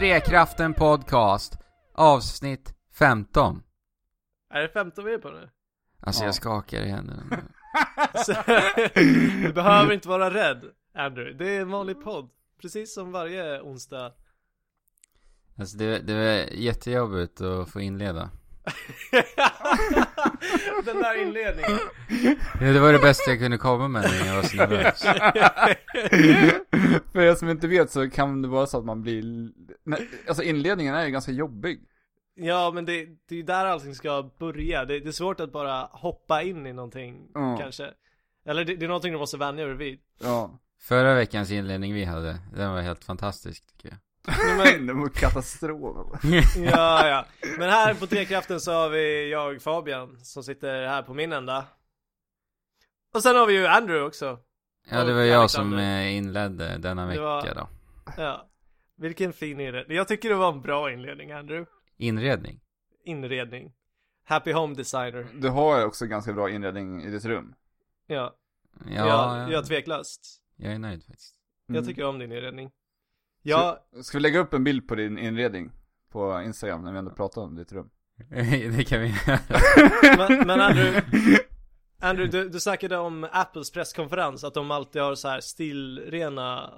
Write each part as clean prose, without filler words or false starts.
Trekraften podcast, avsnitt 15. Är det 15 vi är på nu? Alltså jag skakar i händerna. Du behöver inte vara rädd, Andrew. Det är en vanlig podd, precis som varje onsdag. Alltså det är jättejobbigt att få inleda. Den där inledningen. Ja, det var det bästa jag kunde komma med när jag var så nervös. För er som inte vet så kan det vara så att man blir... Alltså inledningen är ju ganska jobbig. Ja, men det är ju där allting ska börja. Det är svårt att bara hoppa in i någonting, kanske. Eller det är någonting du måste vänja dig vid. Ja. Förra veckans inledning vi hade, den var helt fantastisk tycker jag. Det var katastrof. Ja. Men här på Trekraften så har vi jag, Fabian, som sitter här på min ända. Och sen har vi ju Andrew också. Ja, det var jag som inledde denna vecka då. Ja. Vilken fin inredning. Jag tycker det var en bra inledning, Andrew. Inredning. Happy home designer. Du har också ganska bra inredning i ditt rum. Ja. Ja. Jag tveklöst. Jag är nöjd faktiskt. Jag tycker om din inredning. Ska vi lägga upp en bild på din inredning på Instagram när vi ändå pratar om ditt rum? Det kan vi men Andrew, du snackade om Apples presskonferens, att de alltid har så här stilrena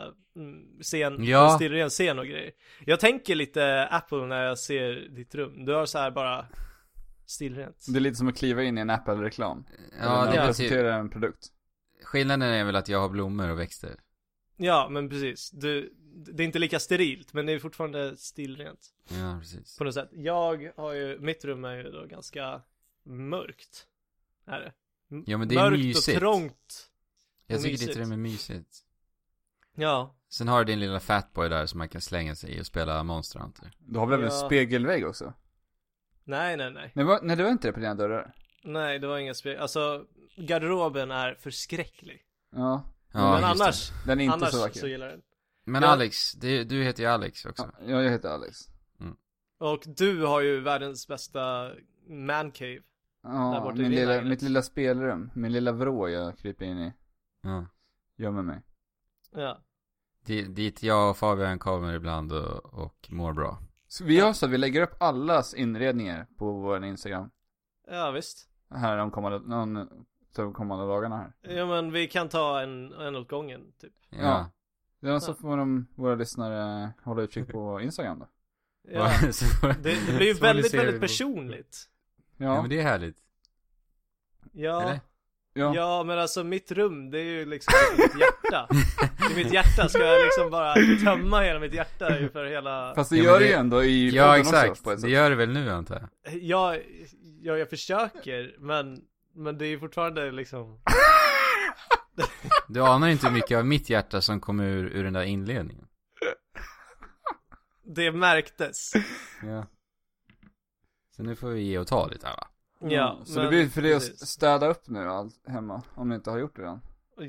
stilren scen och grejer. Jag tänker lite Apple när jag ser ditt rum. Du har så här bara stilrent. Det är lite som att kliva in i en Apple-reklam. Ja, det presenterar en produkt. Skillnaden är väl att jag har blommor och växter. Ja, men precis. Det är inte lika sterilt, men det är fortfarande stilrent. Ja, precis. På något sätt. Mitt rum är ju då ganska mörkt. Är det? Ja, men det är mörkt mysigt. Och trångt. Jag tycker ditt rum är mysigt. Ja. Sen har du din lilla fatboy där som man kan slänga sig i och spela Monster Hunter. Du har väl en spegelvägg också? Nej. Nej, det var inte det på dina dörrar? Nej, det var inga alltså, garderoben är förskräcklig. Ja. Men annars, den är inte så vacker. Så gillar den. Men Alex, du heter ju Alex också. Ja, jag heter Alex. Och du har ju världens bästa mancave. Ja, mitt lilla spelrum. Min lilla vrå jag kryper in i. Ja. Gömmer mig. Ja. Dit jag och Fabian kommer ibland och mår bra. Så vi gör så att vi lägger upp allas inredningar på vår Instagram. Ja, visst. Här de kommande dagarna här. Ja, men vi kan ta en åt gången typ. Ja. Så får våra lyssnare hålla utkik på Instagram då. Ja. Det blir ju väldigt personligt. Ja, men det är härligt. Ja. Eller? Ja, men alltså mitt rum, det är ju liksom mitt hjärta. I mitt hjärta ska jag liksom bara tömma hela mitt hjärta för hela... Fast det gör det ju ändå i podden. Ja, exakt. Också, på ett sätt. Det gör det väl nu, antar jag. Jag försöker, men det är ju fortfarande liksom... Du anar inte hur mycket av mitt hjärta som kommer ur den där inledningen. Det märktes. Ja. Så nu får vi ge och ta lite här, va? Ja, så det blir för dig att städa upp nu allt hemma, om ni inte har gjort det än.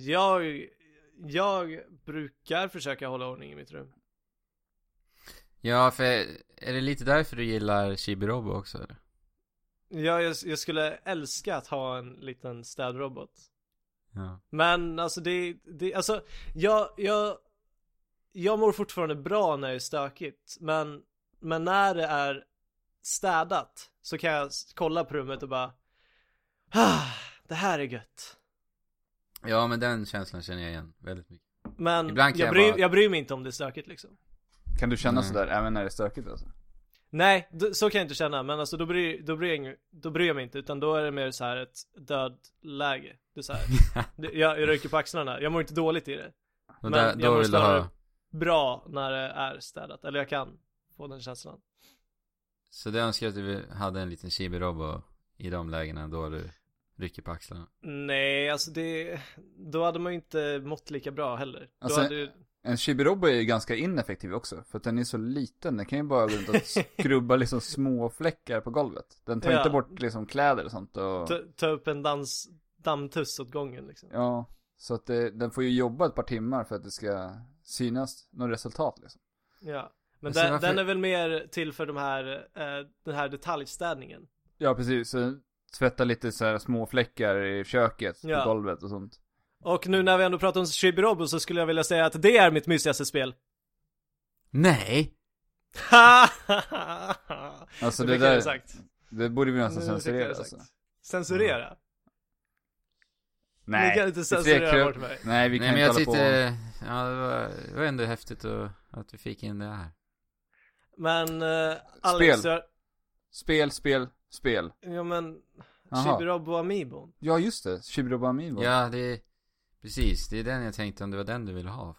Jag brukar försöka hålla ordning i mitt rum. Ja, för är det lite därför du gillar Chibi-Robo också, eller? Ja, jag skulle älska att ha en liten städrobot. Ja. Men alltså alltså jag mår fortfarande bra när det är stökigt, men när det är städat så kan jag kolla på rummet och bara det här är gött. Ja, men den känslan känner jag igen väldigt mycket. Men jag bryr mig inte om det är stökigt liksom. Kan du känna sådär även när det är stökigt alltså? Nej, så kan jag inte känna. Men alltså då bryr jag mig inte. Utan då är det mer så här ett dödläge. Det är så här, jag rycker på axlarna. Jag mår inte dåligt i det. Och men då jag vill du ha... bra när det är städat. Eller jag kan få den känslan. Så du önskar att du hade en liten Chibi-Robo i de lägena då du rycker på axlarna? Nej, alltså då hade man ju inte mått lika bra heller. Alltså, en Chibi-Robo är ju ganska ineffektiv också. För att den är så liten. Den kan ju bara gå runt och skrubba liksom små fläckar på golvet. Den tar inte bort liksom kläder och sånt. Och... Ta upp en dammtuss åt gången liksom. Ja, så att den får ju jobba ett par timmar för att det ska synas något resultat liksom. Ja, men den är väl mer till för den här detaljstädningen. Ja, precis. Så tvätta lite så här små fläckar i köket på golvet och sånt. Och nu när vi ändå pratar om Chibi-Robo så skulle jag vilja säga att det är mitt mysigaste spel. Nej. Alltså Nu det fick jag där, sagt. det borde vi Nu nästan fick jag censurera det alltså. sagt. Censurera? Nej. Ni kan inte det censurera tvekar- bort mig. Nej, vi kan Nej men inte jag hålla på. tyckte, ja det var ändå häftigt att vi fick in det här. Men Alex, Spel. Spel. ja men Jaha. Chibi-Rob och Amiibon. Ja, just det. Chibi-Robo Amiibo. Ja, precis, det är den jag tänkte om det var den du ville ha.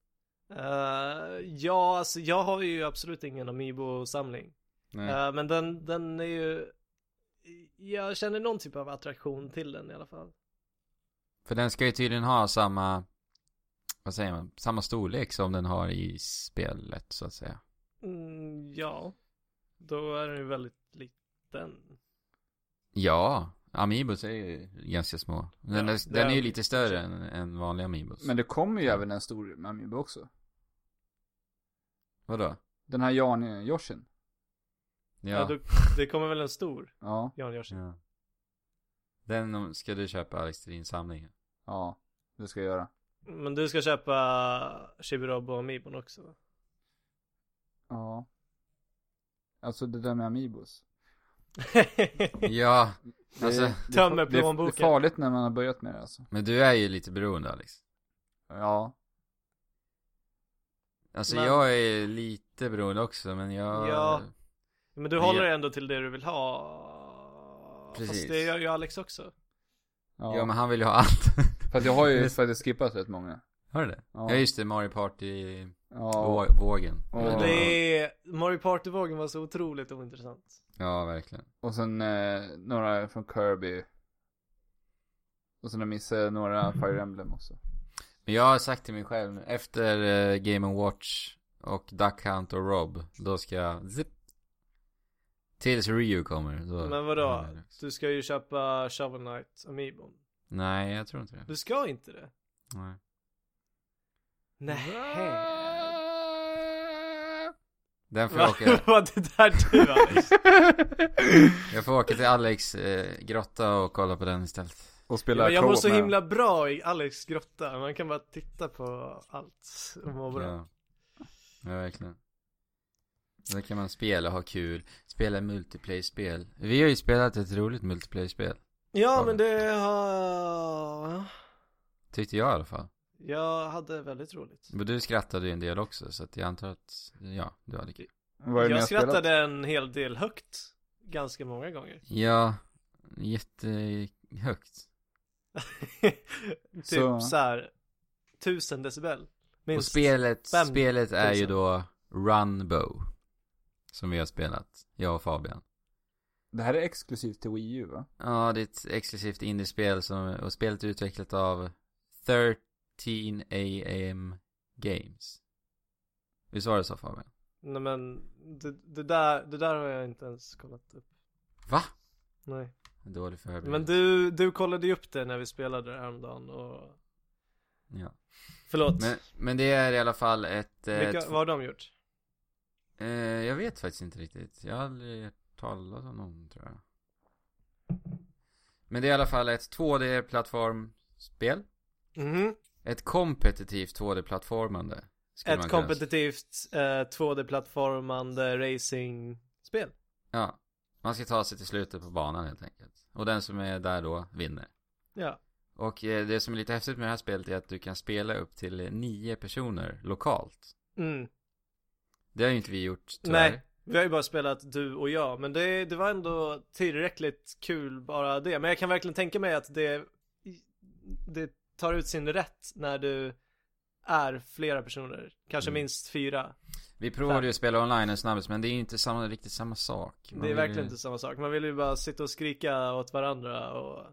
Ja, alltså jag har ju absolut ingen Amiibo-samling. Nej. Men den är ju, jag känner någon typ av attraktion till den i alla fall. För den ska ju tydligen ha samma, vad säger man, samma storlek som den har i spelet så att säga. Ja, då är den ju väldigt liten. Ja, Amiibos är ju ganska små. Den är ju lite större än vanliga Amiibos. Men det kommer ju även en stor Amiibo också. Vadå? Den här Yoshin. Ja, det kommer väl en stor Ja, Jan Yoshi. Ja. Den ska du köpa, Alex, till din samling. ja. Det ska jag göra. Men du ska köpa Chibi-Rob och Amiibon också va? Ja. Alltså det där med Amiibos. Ja, alltså, Tömmer det är plånboken. farligt när man har börjat med det alltså. men du är ju lite beroende, Alex. Ja. Alltså Men- jag är lite beroende också, men jag... Ja. Men du Men håller jag- ändå till det du vill ha. Precis. Fast det gör ju Alex också. Ja, men han vill ju ha allt. För att jag har ju faktiskt skippat rätt många. Har du det? Ja. Ja, just det, Mario Party Ja. vågen. Ja. Men det är, Mario Party-vågen var så otroligt ointressant. Ja, verkligen. Och sen några från Kirby. Och sen har jag missat några Fire Emblem också. Men jag har sagt till mig själv nu, efter Game & Watch och Duck Hunt och Rob, då ska jag zip tills Ryu kommer. Då... Men vadå? Ja, Du ska ju köpa Shovel Knight Amiibon. nej, jag tror inte det. Du ska inte det? Nej. Nej. Den får jag åka. Vad det där du Alex? Jag får åka till Alex grotta och kolla på den istället. Och spela Jag mår co-op så med. himla bra i Alex grotta. Man kan bara titta på allt och må bra. Ja. Ja, verkligen. Då kan man spela och ha kul. Spela multiplayer-spel. Vi har ju spelat ett roligt multiplayer-spel. Ja, men det har... Tyckte jag i alla fall. Jag hade väldigt roligt. Men du skrattade ju en del också, så att jag antar att, ja, du hade kul. Vad är det ni Jag har spelat? skrattade en hel del högt. Ganska många gånger. Ja, jättehögt. Typ Så- så här 1000 decibel. Minst. Och spelet 5000. är ju då Runbow. Som vi har spelat, jag och Fabian. Det här är exklusivt till Wii U, va? Ja, det är ett exklusivt indiespel och spelet är utvecklat av 13 AM Games. Visst var det så, Fabian? Nej men det där har jag inte ens kollat upp. Va? Nej. Dålig förberedelse. Men du kollade ju upp det när vi spelade det häromdagen och... Ja. Förlåt. Men det är i alla fall ett... Vad har de gjort? Jag vet faktiskt inte riktigt. Jag har aldrig hört talas om någon, tror jag. Men det är i alla fall ett 2D-plattformspel. Mhm. Ett kompetitivt 2D-plattformande. skulle man Ett kunna kompetitivt 2D-plattformande racing-spel. Ja. Man ska ta sig till slutet på banan helt enkelt. Och den som är där då vinner. Ja. Och det som är lite häftigt med det här spelet är att du kan spela upp till 9 personer lokalt. Mm. Det har ju inte vi gjort, tyvärr. Nej, vi har ju bara spelat du och jag. Men det var ändå tillräckligt kul bara det. Men jag kan verkligen tänka mig att det tar ut sin rätt när du är flera personer. Kanske minst 4. Vi provade ju att spela online en snabbis, men det är ju inte riktigt samma sak. Man Det är vill verkligen ju... inte samma sak. Man vill ju bara sitta och skrika åt varandra och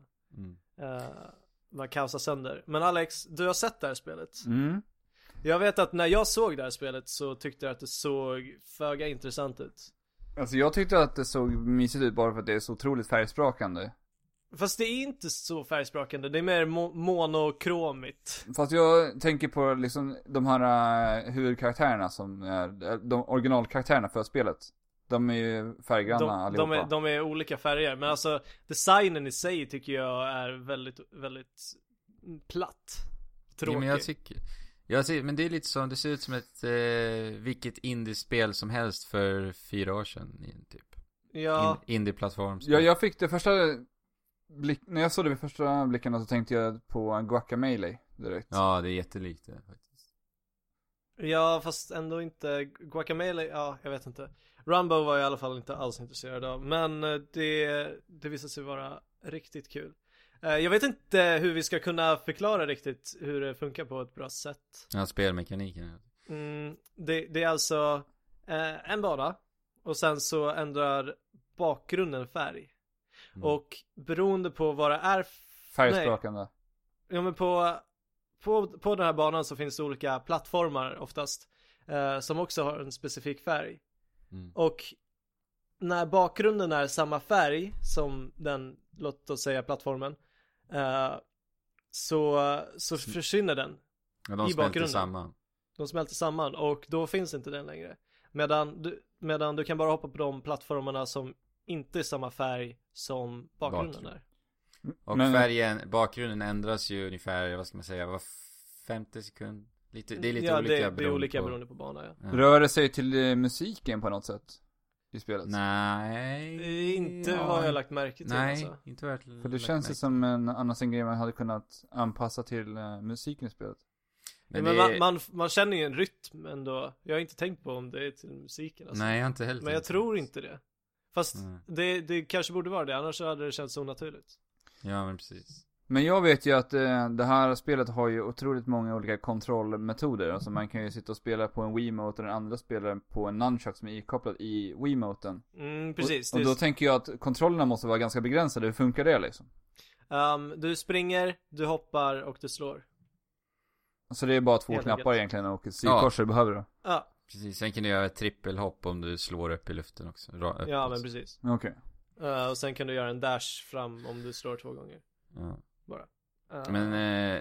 bara kaosa sönder. Men Alex, du har sett det här spelet. Mm. Jag vet att när jag såg det här spelet så tyckte jag att det såg föga intressant ut. Alltså jag tyckte att det såg mysigt ut bara för att det är så otroligt färgsprakande. Fast det är inte så färgsprakande. Det är mer monokromigt. Fast jag tänker på liksom de här huvudkaraktärerna som är de originalkaraktärerna för spelet. De är ju färggranna allihopa. De är olika färger. Men alltså designen i sig tycker jag är väldigt, väldigt platt. Ja, Tråkig. men Men det är lite så, det ser ut som ett vilket indiespel som helst för 4 år sedan typ. Ja. Indie-plattform. Ja, jag fick det första när jag såg det vid första blickarna så tänkte jag på Guacamelee direkt. Ja, det är jättelikt det faktiskt. Ja, fast ändå inte Guacamelee, ja, jag vet inte. Rumbo var jag i alla fall inte alls intresserad av, men det visade sig vara riktigt kul. Jag vet inte hur vi ska kunna förklara riktigt hur det funkar på ett bra sätt. Ja, spelmekaniken. Det är alltså en bana och sen så ändrar bakgrunden färg. Och beroende på vad det är färgsprakande. Ja, men på den här banan så finns det olika plattformar oftast som också har en specifik färg. Och när bakgrunden är samma färg som den, låt oss säga, plattformen, så försvinner den. Ja, de i bakgrunden. samman. De smälter samman och då finns inte den längre. Medan du kan bara hoppa på de plattformarna som inte är samma färg som bakgrunden är. Och bakgrunden ändras ju ungefär, vad ska man säga, var 50 sekund. Det är lite olika beroende på banan, ja. Rör det sig till musiken på något sätt i spelet? Nej. Inte vad jag lagt märke till. Nej, alltså. inte verkligen. För det känns ju som en annan grej man hade kunnat anpassa till musiken i spelet. Men man känner ju en rytm ändå. Jag har inte tänkt på om det är till musiken alltså. Nej, jag har inte heller. Men jag tror inte det. Fast det kanske borde vara det, annars hade det känts så naturligt. Ja, men precis. Men jag vet ju att det här spelet har ju otroligt många olika kontrollmetoder. Alltså man kan ju sitta och spela på en Wiimote och den andra spelar på en nunchuck som är ikopplad i Wiimoten. Precis. Och då tänker jag att kontrollerna måste vara ganska begränsade. Hur funkar det liksom? Du springer, du hoppar och du slår. Så det är bara 2 knappar egentligen och ett styrkorsor du behöver då? Ja. Precis, sen kan du göra ett trippelhopp om du slår upp i luften också. Ja, men precis. Okej. Och sen kan du göra en dash fram om du slår 2 gånger. Ja. Bara. Men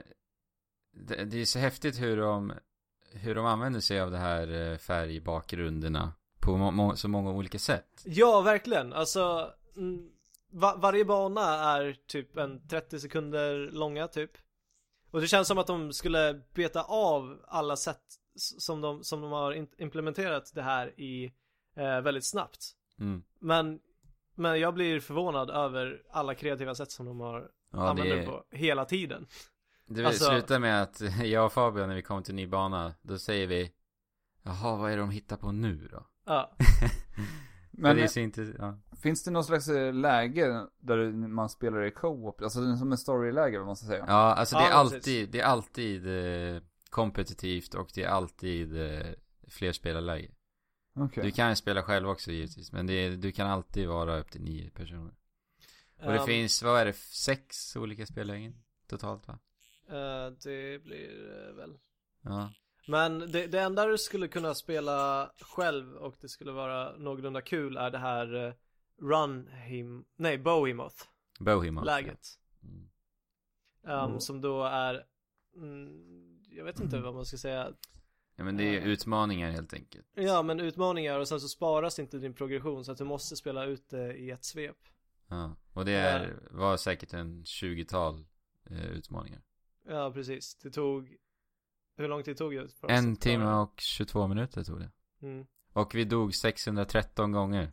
det är så häftigt hur de använder sig av det här färgbakgrunderna på så många olika sätt. Ja, verkligen. Alltså varje bana är typ en 30 sekunder långa typ. Och det känns som att de skulle beta av alla sätt som de har implementerat det här i väldigt snabbt. Men jag blir förvånad över alla kreativa sätt som de har använder det på hela tiden. Det slutar med att jag och Fabian, när vi kommer till ny bana, då säger vi, jaha, vad är det de hittar på nu då? Ja. Men det är inte, finns det någon slags läge där man spelar i co-op? Alltså som en story-läge, vad man ska säga. Ja, alltså det är alltid kompetitivt och det är alltid flerspelarläge. Okay. Du kan spela själv också givetvis, men du kan alltid vara upp till 9 personer. Och det finns, vad är det, 6 olika spellägen totalt, va? Det blir väl. Ja. Men det enda du skulle kunna spela själv och det skulle vara någorlunda kul är det här Bohemoth läget. Som då är jag vet inte vad man ska säga. Ja, men det är utmaningar helt enkelt. Ja, men utmaningar och sen så sparas inte din progression så att du måste spela ut det i ett svep. Ja, och det var säkert en 20-tal utmaningar. Ja, precis. Hur lång tid tog det? 1 timme och 22 minuter tog det. Och vi dog 613 gånger.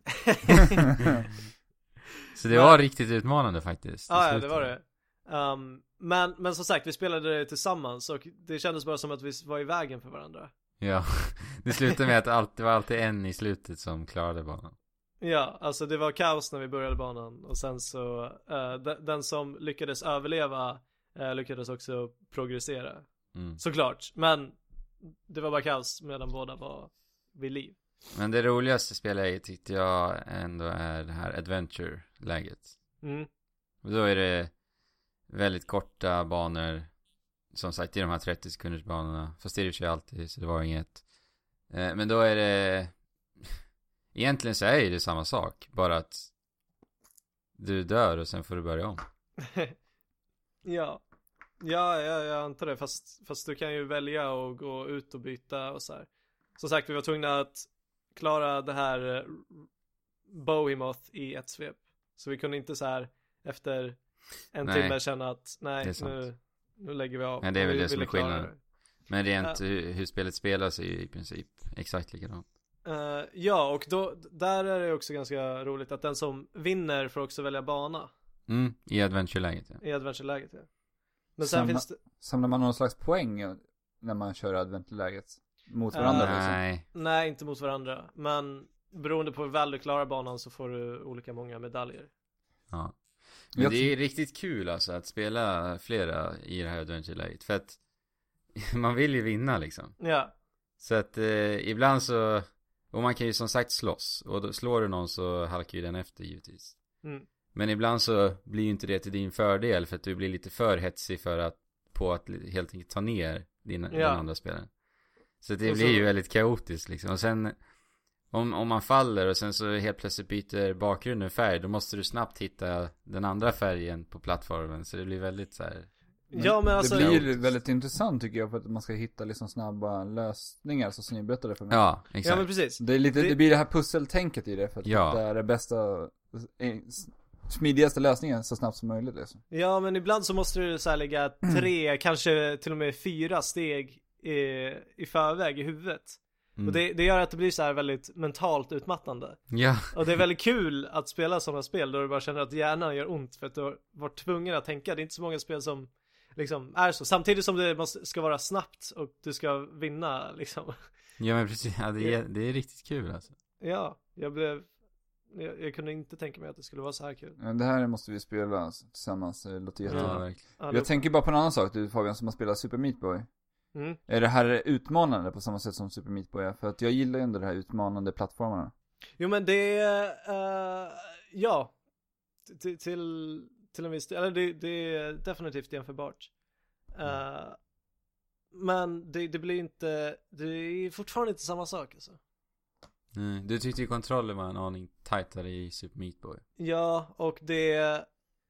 Så det var riktigt utmanande faktiskt. Ja, det var det. Men som sagt, vi spelade det tillsammans och det kändes bara som att vi var i vägen för varandra. Ja, det slutade med att det var alltid en i slutet som klarade banan. Ja, alltså det var kaos när vi började banan. Och sen så den som lyckades överleva lyckades också progressera. Såklart, men det var bara kaos medan båda var vid liv. Men det roligaste spelet tyckte jag ändå är det här adventure-läget. Och då är det väldigt korta banor. Som sagt, i de här 30 sekunders banorna. Fast det är ju alltid, så det var inget. Men då är det... Egentligen så är det samma sak. Bara att du dör och sen får du börja om. Ja, jag antar det. Fast du kan ju välja att gå ut och byta och så här. Som sagt, vi var tvungna att klara det här Bohemoth i ett svep. Så vi kunde inte så här efter en timme känna att nu lägger vi av. Men det är väl det som är skillnaden. Men rent hur spelet spelas är ju i princip exakt likadant. Ja, och då, där är det också ganska roligt att den som vinner får också välja bana. I adventure-läget, ja. I adventure-läget, ja. Men sen finns det... Samlar man någon slags poäng när man kör adventure-läget? Mot varandra? Nej. Nej, inte mot varandra. Men beroende på hur väl du klarar banan så får du olika många medaljer. Ja. Men det är riktigt kul alltså att spela flera i det här adventure-läget. För att man vill ju vinna liksom. Ja. Så att ibland så... Och man kan ju som sagt slåss. Och då slår du någon så halkar ju den efter givetvis. Men ibland så blir ju inte det till din fördel. För att du blir lite för hetsig på att helt enkelt ta ner den andra spelaren. Så det blir ju väldigt kaotiskt liksom. Och sen om man faller och sen så helt plötsligt byter bakgrunden färg. Då måste du snabbt hitta den andra färgen på plattformen. Så det blir väldigt så här... Ja, men alltså, det blir väldigt intressant tycker jag, för att man ska hitta liksom snabba lösningar, så som ni berättade för mig. Ja, exakt. Ja, men precis. Det blir det här pusseltänket i det, för att det är det bästa, smidigaste lösningen så snabbt som möjligt liksom. Ja, men ibland så måste du så här lägga 3, kanske till och med 4 steg i förväg i huvudet. Och det gör att det blir så här väldigt mentalt utmattande. Ja. Och det är väldigt kul att spela sådana spel då du bara känner att hjärnan gör ont för att du har varit tvungen att tänka. Det är inte så många spel som liksom är så. Samtidigt som det ska vara snabbt och du ska vinna liksom. Ja, men precis. Ja, det är riktigt kul alltså. Ja, jag kunde inte tänka mig att det skulle vara så här kul. Det här måste vi spela tillsammans. Det låter jättebra. Ja, jag tänker bara på en annan sak, du Fabian som har spelat Super Meat Boy. Är det här utmanande på samma sätt som Super Meat Boy är? För att jag gillar ju ändå det här utmanande plattformarna. Jo, men det ja, till en viss del, eller det är definitivt jämförbart. Men det blir inte, det är fortfarande inte samma sak alltså. Du tyckte ju kontrollen var en aning tightare i Super Meat Boy. Ja, och det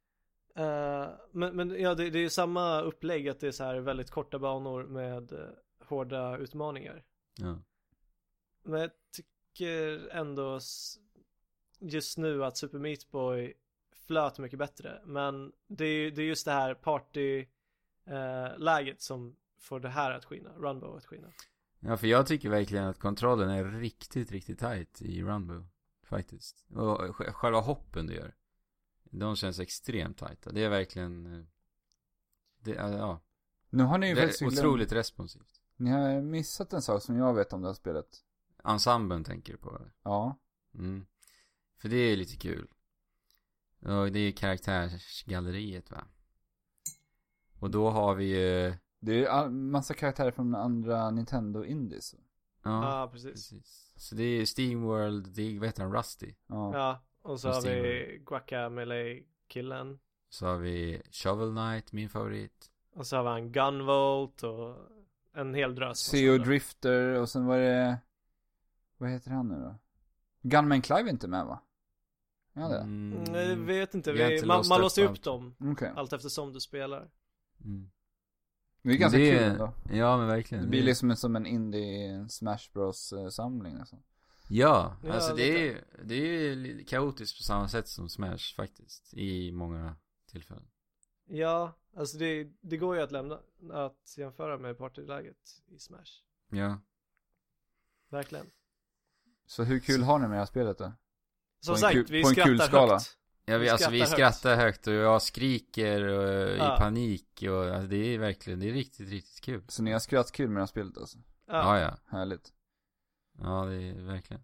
men ja, det är ju samma upplägg, att det är så här väldigt korta banor med hårda utmaningar. Ja. Men jag tycker ändå just nu att Super Meat Boy flöt mycket bättre. Men det är just det här party-läget som får det här att skina, Runbow att skina. Ja, för jag tycker verkligen att kontrollen är riktigt, riktigt tight i Runbow faktiskt. Och själva hoppen du gör, de känns extremt tajta. Det är verkligen ja. Nu har ni ju det är otroligt responsivt. Ni har missat en sak som jag vet om det här spelet. Ensemblen tänker du på? Ja. För det är lite kul. Och det är karaktärsgalleriet, va? Och då har vi ju... Det är massa karaktärer från andra Nintendo Indies. Ja, precis. Så det är SteamWorld, det är, vad heter han, Rusty? Ja, och så har vi Guacamelee-killen. Så har vi Shovel Knight, min favorit. Och så har vi en Gunvolt och en hel drös. Theo Drifter, och sen var det... Vad heter han nu då? Gunman Clive är inte med, va? Ja, det. Jag vet inte. Man låser upp dem. Okay. Allt eftersom du spelar. Det är ganska kul ändå. Ja, men verkligen. Det blir liksom som en indie Smash Bros samling alltså. Ja, alltså det är kaotiskt på samma sätt som Smash faktiskt, i många tillfällen. Ja, alltså det går ju att jämföra med partyläget i Smash. Ja. Verkligen. Så hur kul har ni med det här spelet då? Som sagt, vi skrattar högt. Ja, vi skrattar högt och jag skriker i panik och alltså, det är verkligen, det är riktigt, riktigt kul. Så ni har skrattkul med det här spelet alltså? Ja. Härligt. Ja, det är verkligen.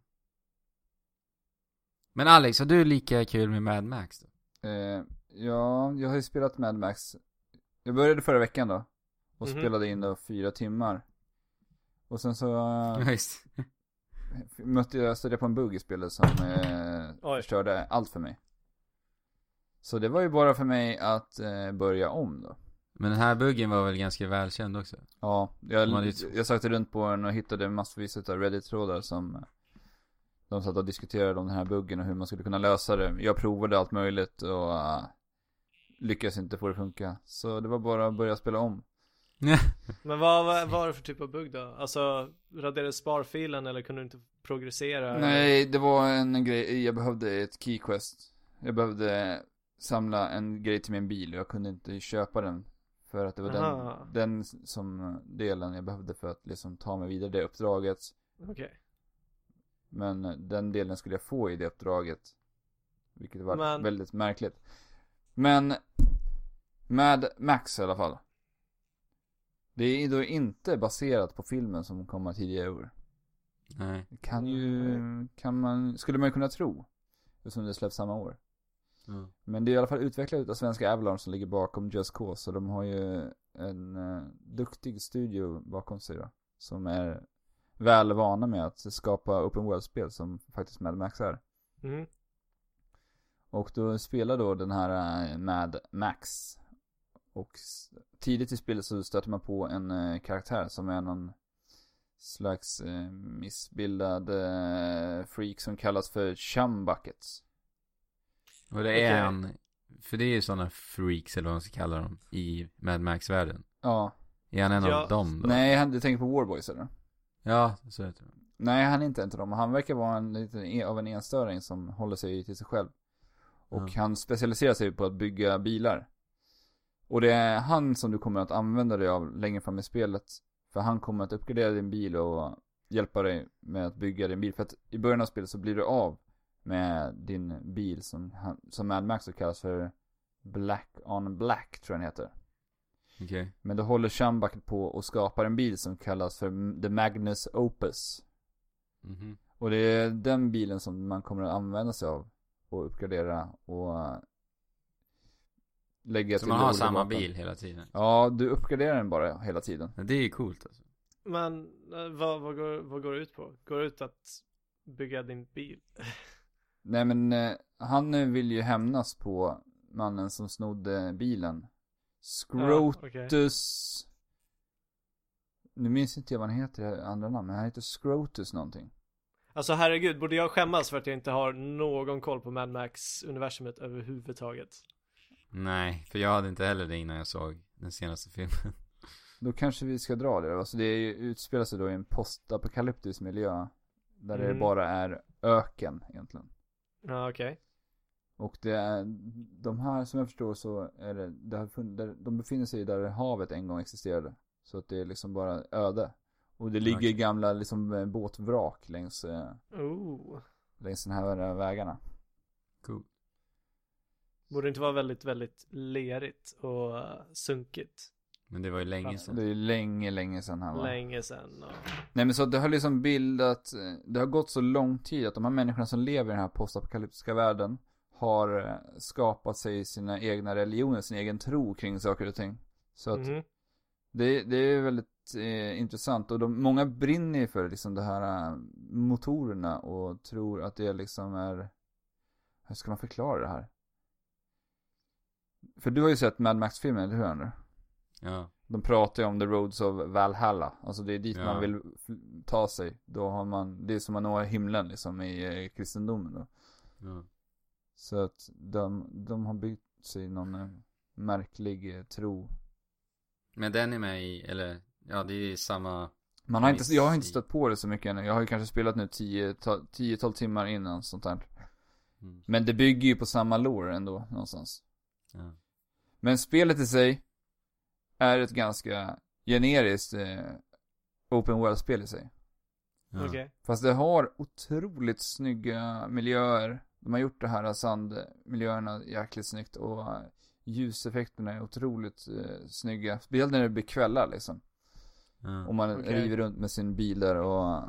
Men Alex, har du lika kul med Mad Max då? Ja, jag har ju spelat Mad Max. Jag började förra veckan då. Och spelade in då 4 timmar. Och sen så stödde jag på en bugg i spelet som förstörde allt för mig. Så det var ju bara för mig att börja om då. Men den här buggen var väl ganska välkänd också? Ja, jag sökte runt på den och hittade massvis av Reddit-trådar som de satt och diskuterade om den här buggen och hur man skulle kunna lösa det. Jag provade allt möjligt och lyckades inte få det funka. Så det var bara att börja spela om. Men vad var det för typ av bugg då? Alltså, raderade sparfilen eller kunde du inte progressera? Nej, det var en grej. Jag behövde ett keyquest. Jag behövde samla en grej till min bil och jag kunde inte köpa den För att det var den som delen jag behövde för att liksom ta mig vidare det uppdraget. Okej. Men den delen skulle jag få i det uppdraget. Vilket var väldigt märkligt. Men Mad Max i alla fall. Det är då inte baserat på filmen som kom tidigare år. Nej. Skulle man kunna tro. Eftersom det släpps samma år. Mm. Men det är i alla fall utvecklat av svenska Avalanche som ligger bakom Just Cause. Så de har ju en duktig studio bakom sig då. Som är väl vana med att skapa open world-spel som faktiskt Mad Max är. Mm. Och då spelar då den här Mad Max. Och tidigt i spelet så stöter man på en karaktär som är någon slags missbildad freak som kallas för Chumbuckets. Och det är han, för det är ju sådana freaks eller vad man ska kalla dem i Mad Max-världen. Ja. Är han en av dem då? Nej, du tänker på Warboys eller? Ja, så heter det. Nej, han är inte en av dem. Han verkar vara en enstöring som håller sig till sig själv. Och han specialiserar sig på att bygga bilar. Och det är han som du kommer att använda dig av längre fram i spelet. För han kommer att uppgradera din bil och hjälpa dig med att bygga din bil. För att i början av spelet så blir du av med din bil som Mad Max så kallas för Black on Black, tror jag den heter. Okay. Men då håller Chumbucket på och skapar en bil som kallas för The Magnus Opus. Mm-hmm. Och det är den bilen som man kommer att använda sig av och uppgradera och lägga så till. Så man har samma bil hela tiden? Ja, du uppgraderar den bara hela tiden. Ja, det är ju coolt alltså. Men vad går det ut på? Går det ut att bygga din bil? Nej, men han vill ju hämnas på mannen som snodde bilen. Scrotus. Nu minns inte jag vad han heter i andra namn, men han heter Scrotus någonting. Alltså herregud, borde jag skämmas för att jag inte har någon koll på Mad Max-universumet överhuvudtaget? Nej, för jag hade inte heller det innan jag såg den senaste filmen. Då kanske vi ska dra det. Alltså det utspelar sig då i en postapokalyptisk miljö. Där det bara är öken egentligen. Ja, okej. Och det är, de här som jag förstår så är de befinner sig där havet en gång existerade. Så att det är liksom bara öde. Och det ligger gamla liksom båtvrak längs den här vägarna. Cool. Borde det inte vara väldigt, väldigt lerigt och sunkigt? Men det var ju länge sedan. Det är länge sedan här, va? Länge sedan, ja. Nej, men så det har liksom det har gått så lång tid att de här människorna som lever i den här postapokalyptiska världen har skapat sig sina egna religioner, sin egen tro kring saker och ting. Så att det är väldigt intressant. Och många brinner för liksom det här motorerna och tror att det liksom är, hur ska man förklara det här? För du har ju sett Mad Max-filmen, eller hur, Andrew? Ja. De pratar ju om The Roads of Valhalla. Alltså det är dit man vill ta sig. Då har man, det är som att nå himlen liksom i kristendomen då. Ja. Så att de har byggt sig någon märklig tro. Men den är med i, eller ja, det är samma. Jag har inte stött på det så mycket än. Jag har ju kanske spelat nu 10-12 timmar innan sånt här. Men det bygger ju på samma lore ändå någonstans. Ja. Men spelet i sig är ett ganska generiskt open world-spel i sig. Ja. Okay. Fast det har otroligt snygga miljöer. De har gjort det här sandmiljöerna jäkligt snyggt. Och ljuseffekterna är otroligt snygga. Speciellt när det blir kvällar liksom. Ja. Och man river runt med sin bil där och...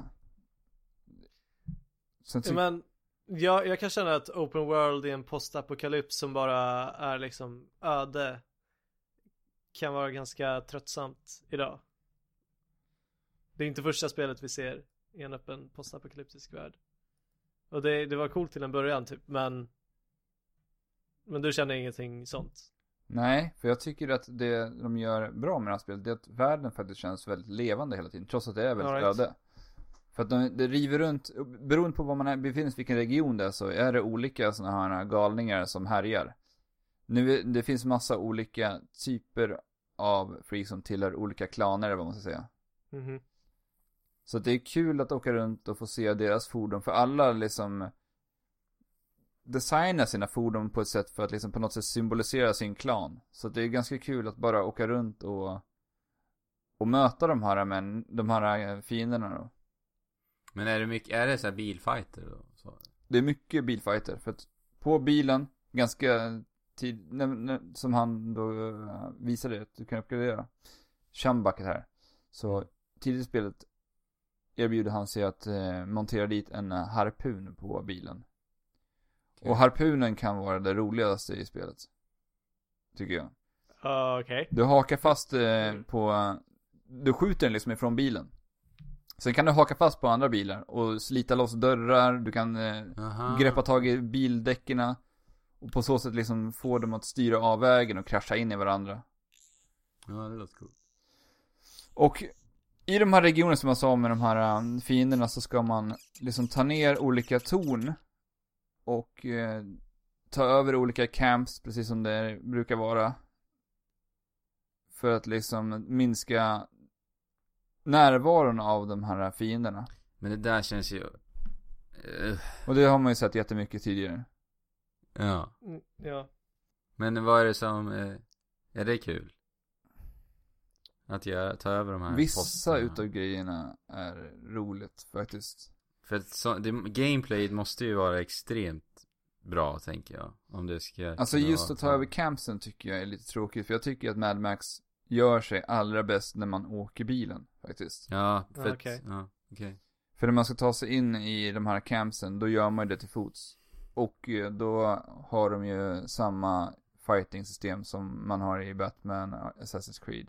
Men jag kan känna att open world i en postapokalyps som bara är liksom öde kan vara ganska tröttsamt idag. Det är inte första spelet vi ser i en öppen postapokalyptisk värld. Och det var coolt till en början typ, men du känner ingenting sånt? Nej, för jag tycker att det de gör bra med det här spelet, det är att världen faktiskt känns väldigt levande hela tiden, trots att det är väldigt öde. För att det river runt, beroende på var man befinner sig, vilken region det är, så är det olika sådana här galningar som härjar. Det finns massa olika typer av freaks som tillhör olika klaner, eller vad man ska säga. Mm-hmm. Så det är kul att åka runt och få se deras fordon, för alla liksom designar sina fordon på ett sätt för att liksom på något sätt symbolisera sin klan. Så det är ganska kul att bara åka runt och möta de här fienderna då. Men är det så här bilfighter då? Så? Det är mycket bilfighter, för att på bilen ganska som han då visade att du kan uppgradera Shumbucket här. Så tidigt i spelet erbjuder han sig att montera dit en harpun på bilen. Okay. Och harpunen kan vara det roligaste i spelet, tycker jag. Okej. Du hakar fast du skjuter den liksom ifrån bilen. Sen kan du haka fast på andra bilar och slita loss dörrar. Du kan greppa tag i bildäckerna och på så sätt liksom få dem att styra av vägen och krascha in i varandra. Ja, det låter coolt. Och i de här regionerna som jag sa med de här fienderna, så ska man liksom ta ner olika torn och ta över olika camps, precis som det brukar vara, för att liksom minska närvaron av de här fienderna. Men det där känns ju och det har man ju sett jättemycket tidigare. Ja. Ja. Men vad är det som är det kul? Att ta över de här vissa posterna? Utav grejerna är roligt faktiskt. För att gameplayet måste ju vara extremt bra, tänker jag. Om det ska... Alltså just att ta över campsen tycker jag är lite tråkigt. För jag tycker att Mad Max gör sig allra bäst när man åker bilen faktiskt. Ja, för okej. Ja, okej. För när man ska ta sig in i de här campsen, då gör man det till fots. Och då har de ju samma fighting system som man har i Batman och Assassin's Creed.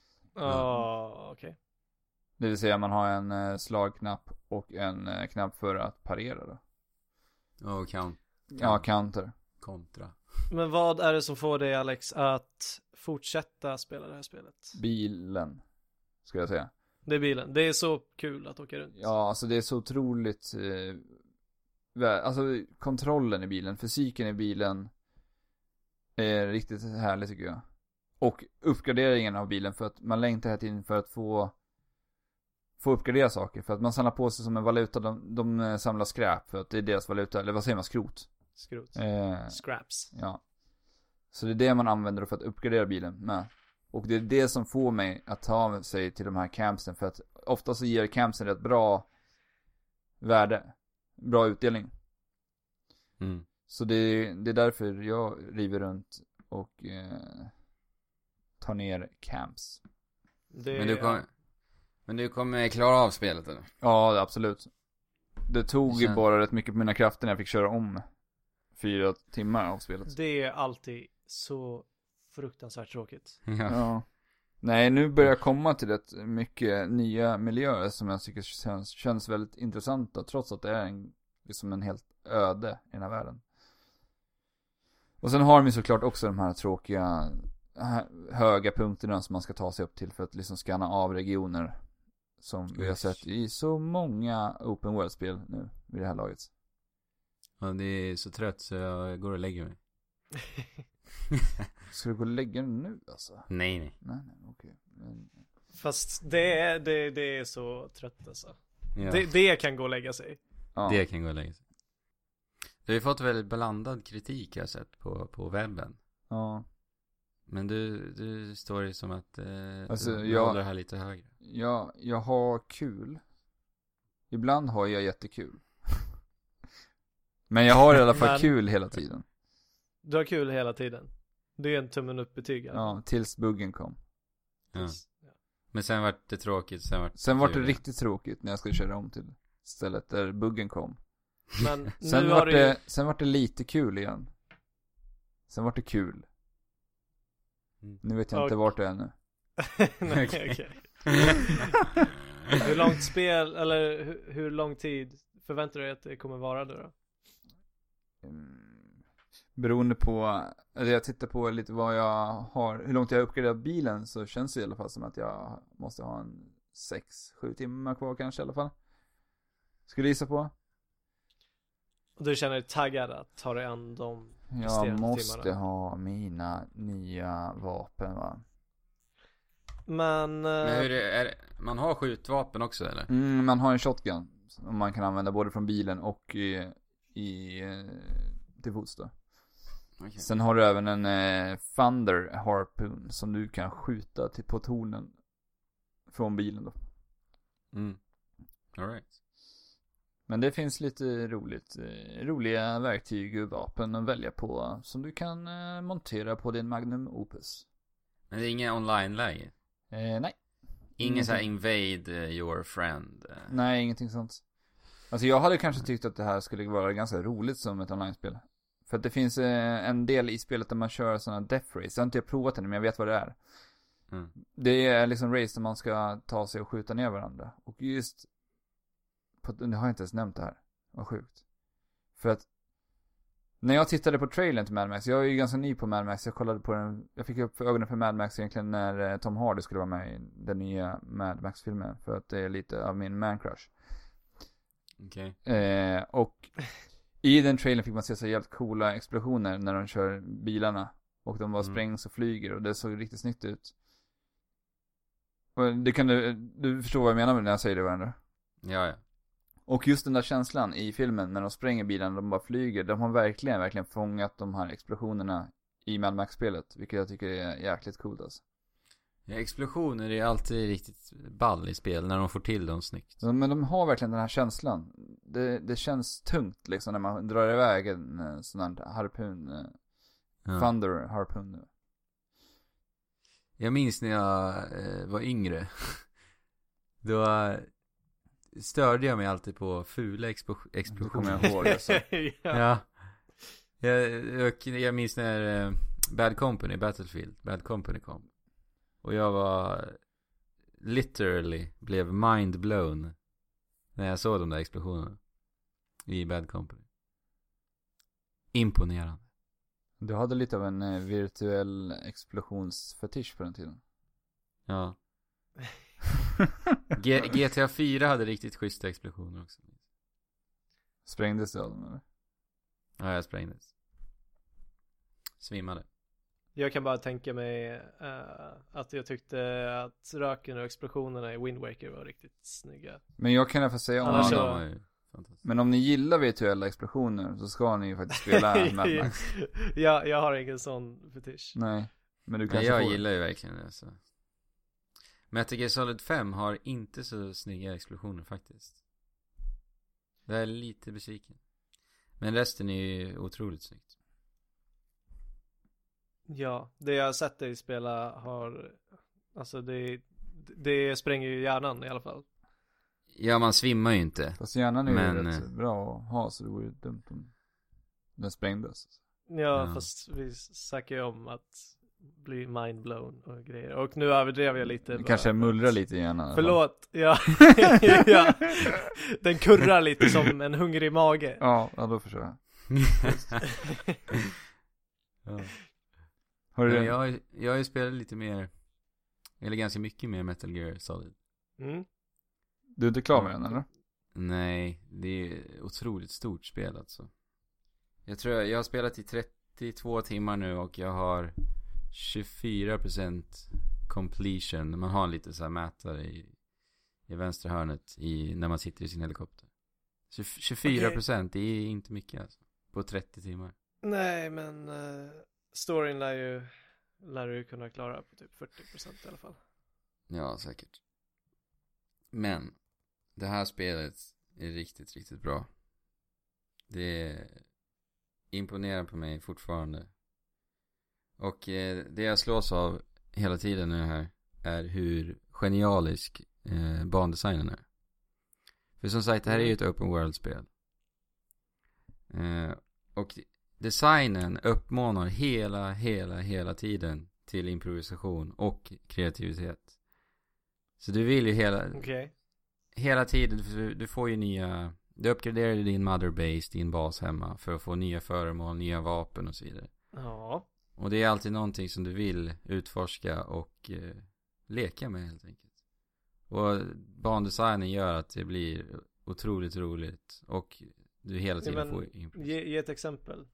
Okej. Det vill säga man har en slagknapp och en knapp för att parera då. Och counter. Kontra. Men vad är det som får dig, Alex, att fortsätta spela det här spelet? Bilen, ska jag säga. Det är bilen. Det är så kul att åka runt. Ja, alltså det är så otroligt alltså kontrollen i bilen, fysiken i bilen är riktigt härlig tycker jag. Och uppgraderingen av bilen, för att man längtar hela tiden för att få uppgradera saker. För att man samlar på sig som en valuta, de samlar skräp för att det är deras valuta. Eller vad säger man? Skrot. Scraps. Ja. Så det är det man använder för att uppgradera bilen med. Och det är det som får mig att ta sig till de här campsen. För att ofta så ger campsen ett bra värde. Bra utdelning. Mm. Så det är därför jag river runt och tar ner camps. Men du kommer klara av spelet eller? Ja, absolut. Det tog ju bara rätt mycket på mina krafter när jag fick köra om 4 timmar av spelet. Det är alltid så fruktansvärt tråkigt. Ja. Nej, nu börjar jag komma till rätt mycket nya miljöer som jag tycker känns väldigt intressanta, trots att det är liksom en helt öde i den här världen. Och sen har de ju såklart också de här tråkiga höga punkterna som man ska ta sig upp till för att liksom scanna av regioner, som vi har sett i så många open world-spel nu vid det här laget. Ja, det är så trött så jag går och lägger mig. Ska du gå och lägga dig nu alltså? Nej, okej. Men... Fast det är så trött alltså. Ja. Det kan gå och lägga sig. Ja. Det kan gå och lägga sig. Du har ju fått väldigt blandad kritik jag har sett på webben. Ja. Men du står ju som att alltså, du håller det här lite högre. Ja, jag har kul. Ibland har jag jättekul. Men jag har i alla fall kul hela tiden. Du har kul hela tiden. Det är en tummen upp betyg. Ja, tills buggen kom. Ja. Men sen var det tråkigt. Sen var det riktigt tråkigt när jag skulle köra om till stället där buggen kom. Men sen var det lite kul igen. Sen var det kul. Nu vet jag inte vart det är ännu. Nej, okej. Hur långt spel, eller hur lång tid förväntar du dig att det kommer vara då? Beroende på, alltså jag tittar på lite vad jag har, hur långt jag har uppgraderat bilen, så känns det i alla fall som att jag måste ha en 6-7 timmar kvar kanske i alla fall. Skulle gissa på. Och du känner dig taggad att ta dig an de jag måste timmarna. Ha mina nya vapen, va? Men hur är det? Man har skjutvapen också eller? Man har en shotgun som man kan använda både från bilen och i till fots då. Okay. Sen har du även en Thunder Harpoon som du kan skjuta på tornen från bilen då. All right. Men det finns lite roliga verktyg och vapen att välja på som du kan montera på din Magnum Opus. Men det är inga online-läge? Nej. Ingen så här invade your friend? Nej, ingenting sånt. Alltså jag hade kanske tyckt att det här skulle vara ganska roligt som ett online-spel. För att det finns en del i spelet där man kör sådana death race. Jag har inte provat det men jag vet vad det är. Det är liksom race där man ska ta sig och skjuta ner varandra. Och just det har jag inte ens nämnt det här. Vad sjukt. För att när jag tittade på trailern till Mad Max, jag är ju ganska ny på Mad Max, jag fick upp ögonen för Mad Max egentligen när Tom Hardy skulle vara med i den nya Mad Max-filmen. För att det är lite av min man crush. Okej. Och i den trailern fick man se så jävligt coola explosioner när de kör bilarna. Och de bara sprängs och flyger och det såg riktigt snyggt ut. Och det kan du förstår vad jag menar när jag säger det, varandra. Ja. Och just den där känslan i filmen när de spränger bilarna och de bara flyger, de har verkligen fångat de här explosionerna i Mad Max-spelet, vilket jag tycker är jäkligt coolt alltså. Ja, explosioner är alltid riktigt ball i spel när de får till dem snyggt. Så, men de har verkligen den här känslan. Det känns tungt liksom när man drar iväg en sån här harpun, Thunder Harpoon. Jag minns när jag var yngre. Då störde jag mig alltid på fula explosioner. Det kommer jag ihåg alltså. Ja. Jag minns när Bad Company kom. Och jag var literally blev mind blown när jag såg de där explosionerna i Bad Company. Imponerande. Du hade lite av en virtuell explosionsfetisch på den tiden. Ja. GTA 4 hade riktigt schyssta explosioner också. Sprängdes det av dem eller? Ja, jag sprängdes. Svimmade. Jag kan bara tänka mig att jag tyckte att röken och explosionerna i Wind Waker var riktigt snygga. Men jag kan i alla fall säga men om ni gillar virtuella explosioner så ska ni ju faktiskt spela Mad Max. Ja, jag har ingen sån fetisch. Nej, men du kanske jag gillar ju verkligen det så. Metal Gear Solid 5 har inte så snygga explosioner faktiskt. Det är lite besviken. Men resten är ju otroligt snyggt. Ja, det jag har sett dig spela har, alltså det spränger ju hjärnan i alla fall. Ja, man svimmar ju inte. Fast hjärnan är ju rätt bra att ha, så det vore ju dumt om den sprängdes. Ja, fast vi snackar ju om att bli mindblown och grejer. Och nu överdrev jag lite. Det kanske mullrar lite i hjärnan. Förlåt, ja. Ja. Den kurrar lite som en hungrig mage. Ja, då förstår jag. Ja. Jag har ju spelat lite mer, eller ganska mycket mer Metal Gear Solid. Du är inte klar med den eller? Nej, det är otroligt stort spel alltså. Jag tror jag har spelat i 32 timmar nu och jag har 24% completion. Man har en liten så här mätare i vänstra hörnet när man sitter i sin helikopter. 24%, det är inte mycket alltså. På 30 timmar. Nej, men storyn lär du kunna klara på typ 40% i alla fall. Ja, säkert. Men det här spelet är riktigt, riktigt bra. Det imponerar på mig fortfarande. Och det jag slås av hela tiden nu här är hur genialisk bandesignen är. För som sagt, det här är ju ett open world-spel. Och designen uppmanar hela tiden till improvisation och kreativitet. Så du vill ju hela tiden, du får ju du uppgraderar din mother base, din bas hemma för att få nya föremål, nya vapen och så vidare. Ja. Och det är alltid någonting som du vill utforska och leka med helt enkelt. Och bandesignen gör att det blir otroligt roligt och du hela tiden får ge ett exempel.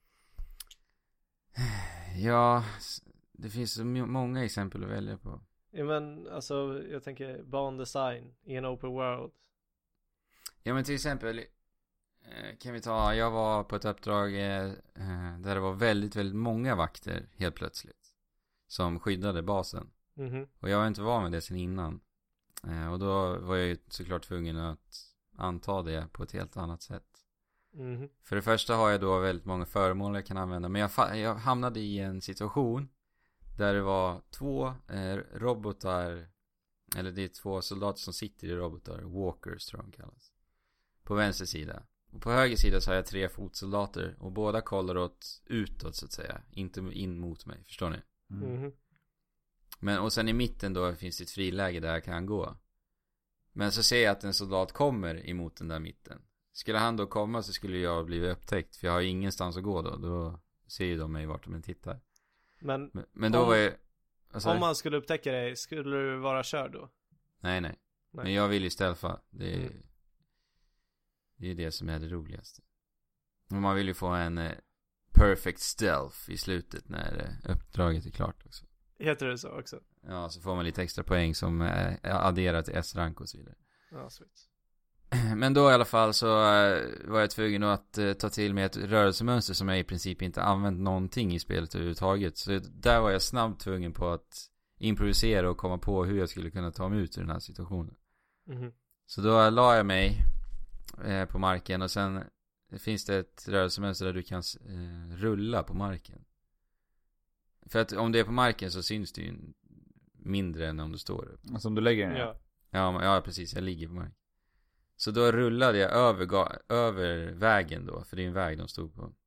Ja, det finns så många exempel att välja på. Ja, men alltså jag tänker bandesign i en open world. Ja, men till exempel Kan vi ta, jag var på ett uppdrag där det var väldigt, väldigt många vakter helt plötsligt. Som skyddade basen. Mhm. Och jag var inte van med det sen innan. Och då var jag ju såklart tvungen att anta det på ett helt annat sätt. Mhm. För det första har jag då väldigt många föremål jag kan använda. Men jag hamnade i en situation där det var två robotar. Eller det är två soldater som sitter i robotar. Walkers tror de kallas. På vänster sida. Och på höger sida så har jag 3 fotsoldater. Och båda kollar utåt så att säga. Inte in mot mig, förstår ni? Mhm. Men och sen i mitten då finns det ett friläge där jag kan gå. Men så ser jag att en soldat kommer emot den där mitten. Skulle han då komma så skulle jag bli upptäckt. För jag har ingenstans att gå då. Då ser ju de mig vart de än tittar. Men då var jag... Om man skulle upptäcka dig, skulle du vara körd då? Nej. Men jag vill ju stealtha. Det är det som är det roligaste. Och man vill ju få en perfect stealth i slutet när uppdraget är klart också. Heter det så också? Ja, så får man lite extra poäng som adderar till S-rank och så vidare. Ja, sweet. Men då i alla fall så var jag tvungen att ta till mig ett rörelsemönster som jag i princip inte använt någonting i spelet överhuvudtaget. Så där var jag snabbt tvungen på att improvisera och komma på hur jag skulle kunna ta mig ut ur den här situationen. Mhm. Så då la jag mig på marken och sen finns det ett rörelsemönster där du kan rulla på marken. För att om det är på marken så syns det ju mindre än om du står upp. Alltså om du lägger den Ja, precis. Jag ligger på marken. Så då rullade jag över vägen då. För det är en väg de stod på.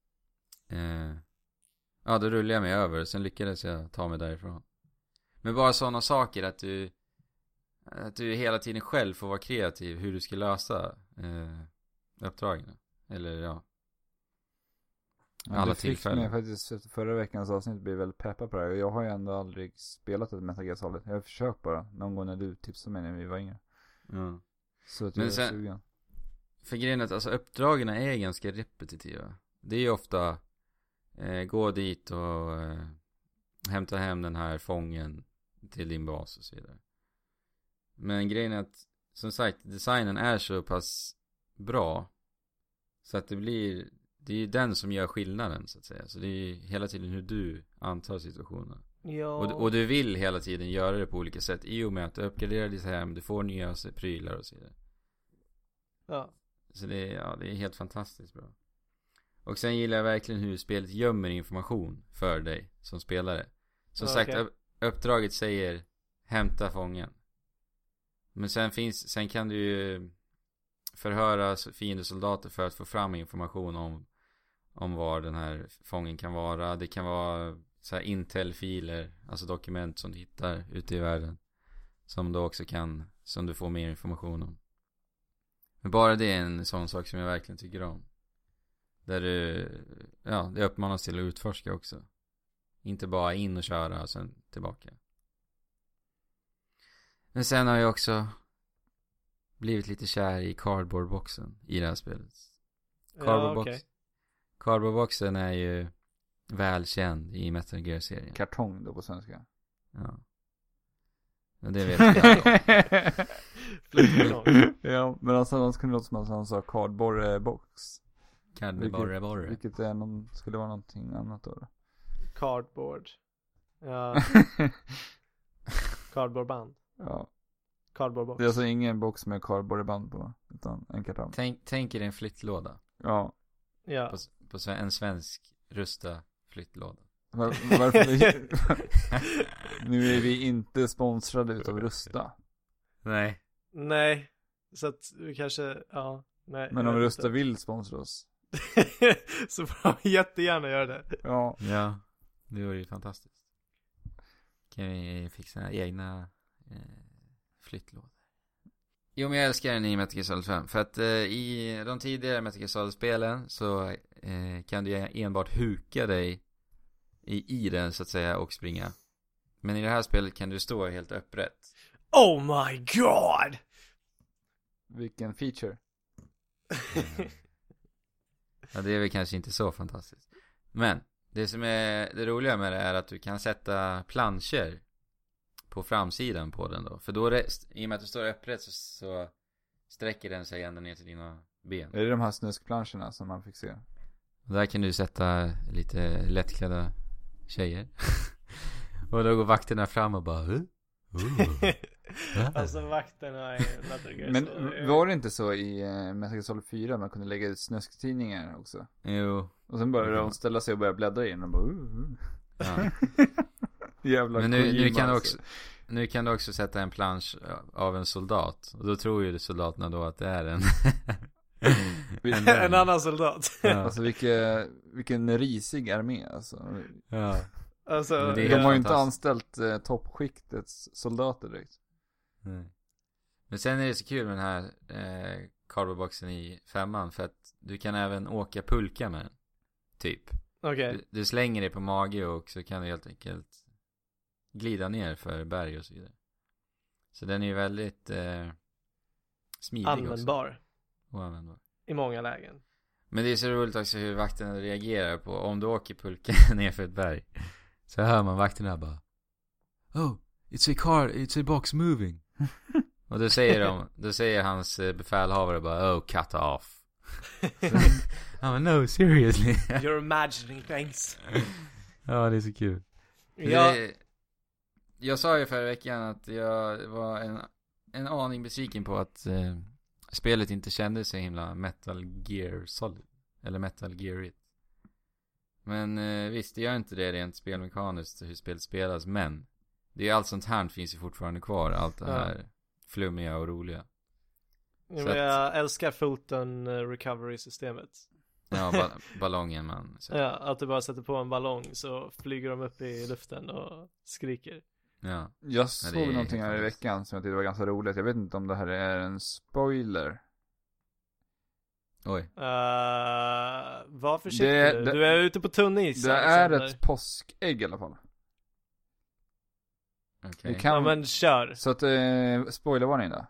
Ja, då rullade jag mig över. Sen lyckades jag ta mig därifrån. Men bara sådana saker att du hela tiden själv får vara kreativ. Hur du ska lösa uppdragen. Eller ja. Alla tillfällen. Jag faktiskt efter förra veckans avsnitt blev väldigt peppad på det här. Och jag har ju ändå aldrig spelat ett Metal Gear Solid. Jag har försökt bara. Någon gång när du tipsade mig när vi var yngre. Ja. Så att jag är sugen. För grejen är att alltså, uppdragen är ganska repetitiva. Det är ju ofta gå dit och hämta hem den här fången till din bas och så vidare. Men grejen är att som sagt, designen är så pass bra så att det är ju den som gör skillnaden så att säga. Så det är ju hela tiden hur du antar situationen. Ja. Och du vill hela tiden göra det på olika sätt i och med att du uppgraderar ditt hem, du får nya prylar och så vidare. Ja. Så det är helt fantastiskt bra. Och sen gillar jag verkligen hur spelet gömmer information för dig som spelare. Som sagt, uppdraget säger hämta fången. Men sen kan du ju förhöra fiendesoldater för att få fram information om var den här fången kan vara. Det kan vara så här Intel-filer, alltså dokument som du hittar ute i världen. Som du också som du får mer information om. Men bara det är en sån sak som jag verkligen tycker om. Där det uppmanas till att utforska också. Inte bara in och köra och sen tillbaka. Men sen har jag också blivit lite kär i cardboardboxen i det här spelet. Cardboardboxen är ju välkänd i Metal Gear-serien. Kartong då på svenska. Ja. Men det vet jag. Ja, men alltså de skulle låta som att han sa cardboard-box. Cardboard. Vilket skulle vara någonting annat då. Cardboard. Ja. Cardboardband. Ja. Cardboardbox. Det är alltså ingen box med cardboardband på, utan en kartong. Tänk er en flyttlåda. Ja. På en svensk rusta flyttlåda. Varför nu är vi inte sponsrade utav Rusta. Nej. Så att vi kanske, nej. Men om Rusta vill sponsra oss så får vi jättegärna göra det. Ja, det vore ju fantastiskt. Kan vi fixa egna flyttlådor. Jo, men jag älskar den i Metal Gear Solid 5. För att i de tidigare Metal Gear Solid-spelen så kan du enbart huka dig i den så att säga och springa. Men i det här spelet kan du stå helt upprätt. Oh my god! Vilken feature. Ja, det är väl kanske inte så fantastiskt. Men det som är det roliga med det är att du kan sätta planscher på framsidan på den då. För då, i och med att du står upprätt så sträcker den sig ända ner till dina ben. Är det de här snuskplanscherna som man fick se? Och där kan du sätta lite lättklädda tjejer. Och då går vakterna fram och bara Alltså vakterna är men var det inte så i Metal Gear Solid 4 man kunde lägga ut snusktidningar också? Jo. Och sen började de ställa sig och börja bläddra in och bara Ja. Jävla men nu kan du också sätta en plansch av en soldat. Och då tror ju soldaterna då att det är en annan soldat. Ja. Alltså vilken risig armé alltså. Ja. Alltså, de har ju inte anställt toppskiktets soldater direkt. Nej. Men sen är det så kul med den här cardboardboxen i 5:an, för att du kan även åka pulka med den. Typ. Okay. Du slänger det på mage och så kan du helt enkelt glida ner för berg och så vidare. Så den är ju väldigt smidig användbar. också. Oanvändbar. I många lägen. Men det är så roligt också hur vakterna reagerar på om du åker pulka ner för ett berg. Så hör man vakterna bara "Oh, it's a box moving." Och då säger hans befälhavare bara "Oh, cut off." Oh no, seriously. You're imagining things. Ja, det är så kul. Ja. Jag sa ju förra veckan att jag var en aning besviken på att spelet inte kände sig himla Metal Gear Solid. Eller Metal Gearigt. Men visst, det gör inte det rent spelmekaniskt hur spelet spelas. Men det är allt sånt här finns ju fortfarande kvar. Allt det här flummiga och roliga. Ja, men jag älskar Fulton recovery-systemet. Ja, ballongen man. Så. Ja, att du bara sätter på en ballong så flyger de upp i luften och skriker. Ja. Jag såg någonting här i veckan som jag tyckte var ganska roligt. Jag vet inte om det här är en spoiler. Oj. Var försiktig. Du är ute på tunn is. Det är ett påskägg i alla fall. Okej. Ja, men kör. Så att spoilervarning då.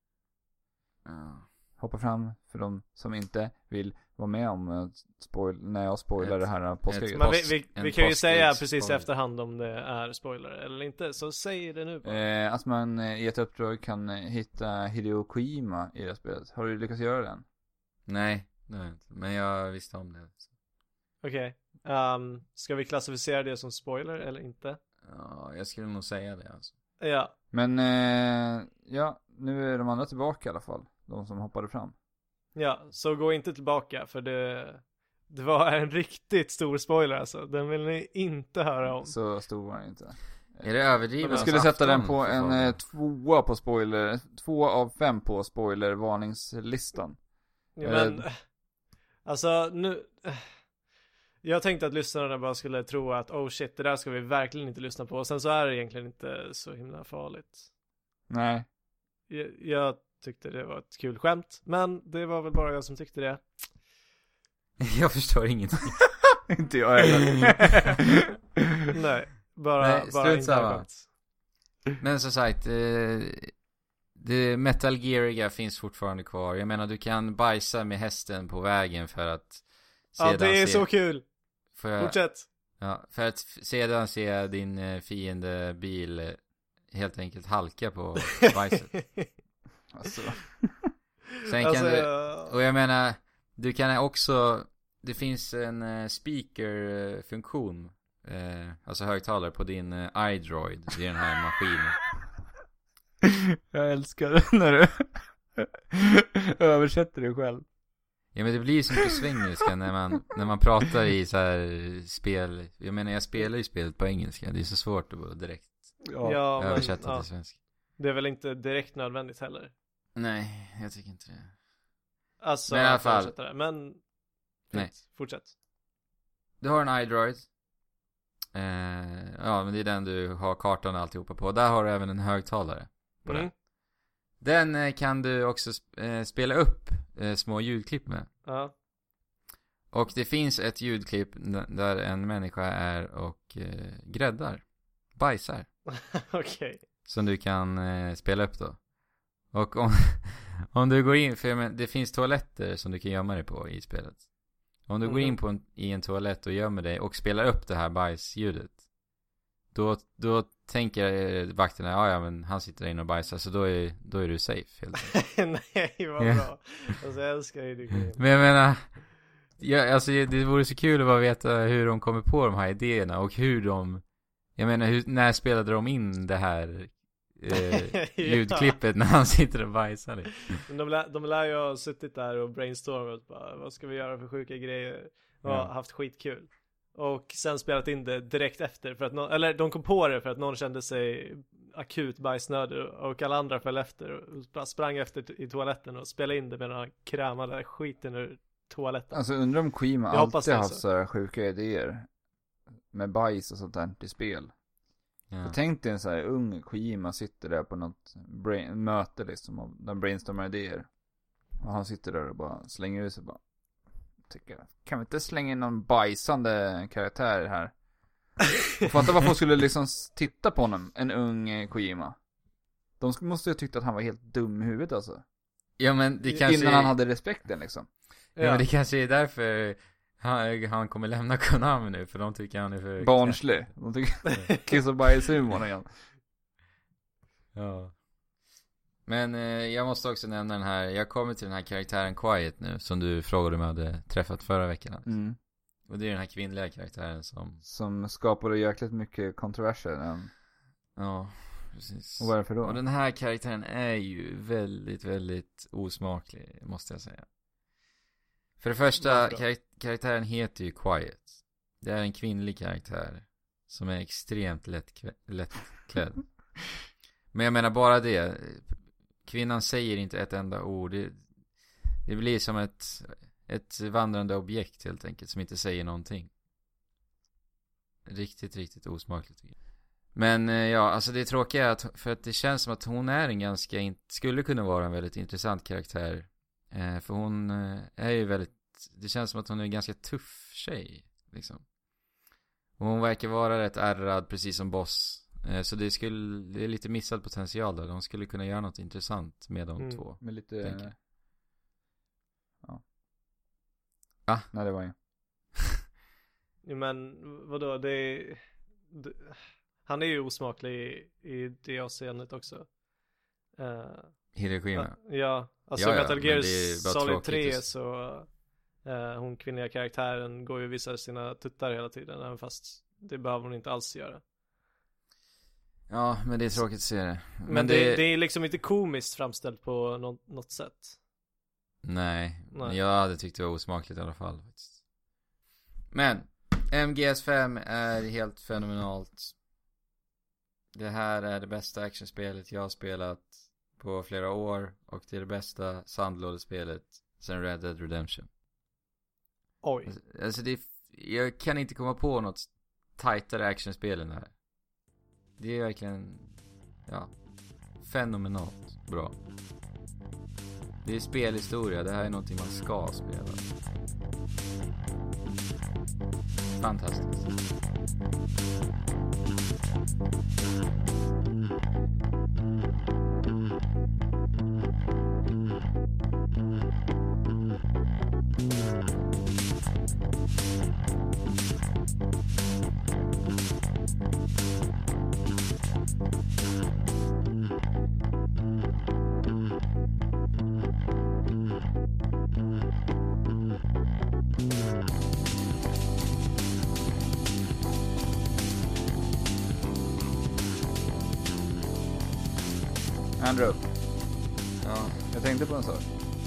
Hoppa fram för de som inte vill vara med om när jag spoilar det här påskägget. Men vi kan ju säga precis i efterhand om det är spoiler eller inte. Så säg det nu bara. Att man i ett uppdrag kan hitta Hideo Kojima i det spelet. Har du lyckats göra den? Nej, men jag visste om det. Okej. Ska vi klassificera det som spoiler eller inte? Ja, jag skulle nog säga det alltså. Ja. Men ja, nu är de andra tillbaka i alla fall. De som hoppade fram. Ja, så gå inte tillbaka för det var en riktigt stor spoiler alltså. Den vill ni inte höra om. Så stor var den inte. Är det överdrivet? Jag skulle sätta den på en 2 på spoiler. 2 av 5 på spoiler varningslistan. Ja, men alltså nu jag tänkte att lyssnarna bara skulle tro att oh shit, det där ska vi verkligen inte lyssna på. Och sen så är det egentligen inte så himla farligt. Nej. Jag tyckte det var ett kul skämt. Men det var väl bara jag som tyckte det. Jag förstår ingenting. Inte jag heller. Nej, bara inte skämt. Men som sagt, det Metal Geariga finns fortfarande kvar. Jag menar, du kan bajsa med hästen på vägen för att det är så kul. Fortsätt. Ja, för att sedan se din fiende bil helt enkelt halka på bajset. Alltså. Sen kan du, och jag menar, du kan också, det finns en speaker-funktion, alltså högtalare på din iDroid i den här maskinen. Jag älskar det när du översätter det själv. Ja, men det blir ju så mycket svengelska när man pratar i så här spel. Jag menar, jag spelar ju spelet på engelska. Det är så svårt att bara direkt översätta till svenska. Det är väl inte direkt nödvändigt heller. Nej, jag tycker inte det. Alltså, men i alla fall. Men nej. Fortsätt. Du har en iDroid. Ja, men det är den du har kartan och alltihopa på. Där har du även en högtalare på den. Den kan du också spela upp små ljudklipp med. Ja. Och det finns ett ljudklipp där en människa är och bajsar. Okej. Som du kan spela upp då. Och om du går in, för det finns toaletter som du kan gömma dig på i spelet. Om du går in i en toalett och gömmer dig och spelar upp det här bajsljudet, då tänker vakterna, ja men han sitter där inne och bajsar, så då är du safe helt enkelt. Nej, vad bra. Alltså jag älskar ju det. Men jag menar, alltså det vore så kul att bara veta hur de kommer på de här idéerna och hur de, jag menar, när spelade de in det här ljudklippet när han sitter och bajsar liksom. De lär ju ha suttit där och brainstormat bara, vad ska vi göra för sjuka grejer, och haft skitkul. Och sen spelat in det direkt efter för att eller de kom på det för att någon kände sig akut bajsnödig och alla andra föll efter och sprang efter i toaletten och spelade in det medan han krämade skiten ur toaletten. Alltså undrar om Kojima alltid haft så här sjuka idéer med bajs och sånt där till spel. Ja. Tänk dig en så här ung Kojima sitter där på något möte liksom och de brainstormar idéer. Och han sitter där och bara slänger ut sig bara. Kan vi inte slänga in någon bajsande karaktär här? Och fatta vad folk skulle liksom titta på honom, en ung Kojima. De måste ju ha tyckt att han var helt dum i huvudet alltså. Ja men det kanske innan han hade respekten liksom. Ja men det kanske är därför han kommer lämna Konami nu, för de tycker han är för barnslig. De tycker kiss och bajshumor igen. Ja. Men jag måste också nämna den här, jag kommer till den här karaktären Quiet nu, som du frågade om jag hade träffat förra veckan. Mm. Och det är den här kvinnliga karaktären som skapade jäkligt mycket kontroverser. Ja, precis. Och varför då? Och den här karaktären är ju väldigt, väldigt osmaklig, måste jag säga. För det första, karaktären heter ju Quiet. Det är en kvinnlig karaktär som är extremt lättklädd. Men jag menar bara det. Kvinnan säger inte ett enda ord. Det blir som ett vandrande objekt helt enkelt, som inte säger någonting. Riktigt, riktigt osmakligt tycker jag. Men ja, alltså det tråkiga är att, för att det känns som att hon är en ganska, skulle kunna vara en väldigt intressant karaktär. För hon är ju väldigt, det känns som att hon är en ganska tuff tjej liksom. Och hon verkar vara rätt ärrad, precis som Boss. Så det är lite missad potential där. De skulle kunna göra något intressant med de två. Med lite ja. Ah? Nej, det var ju. Ja, men vadå, han är ju osmaklig i det avseendet också. Hiroshima. Ja, alltså Metal Gear Solid 3 så hon kvinnliga karaktären går ju och visar sina tuttar hela tiden, även fast det behöver hon inte alls göra. Ja, men det är tråkigt att se det. Men det är liksom inte komiskt framställt på något sätt. Nej, jag hade tyckt det var osmakligt i alla fall faktiskt. Men MGS5 är helt fenomenalt. Det här är det bästa actionspelet jag har spelat på flera år, och det är det bästa sandlådespelet sen Red Dead Redemption. Oj. Alltså jag kan inte komma på något tajtare actionspel än det här. Det är verkligen, ja, fenomenalt bra. Det är spelhistoria, det här är någonting man ska spela. Fantastiskt. Andrew. Ja. Jag tänkte på en sak.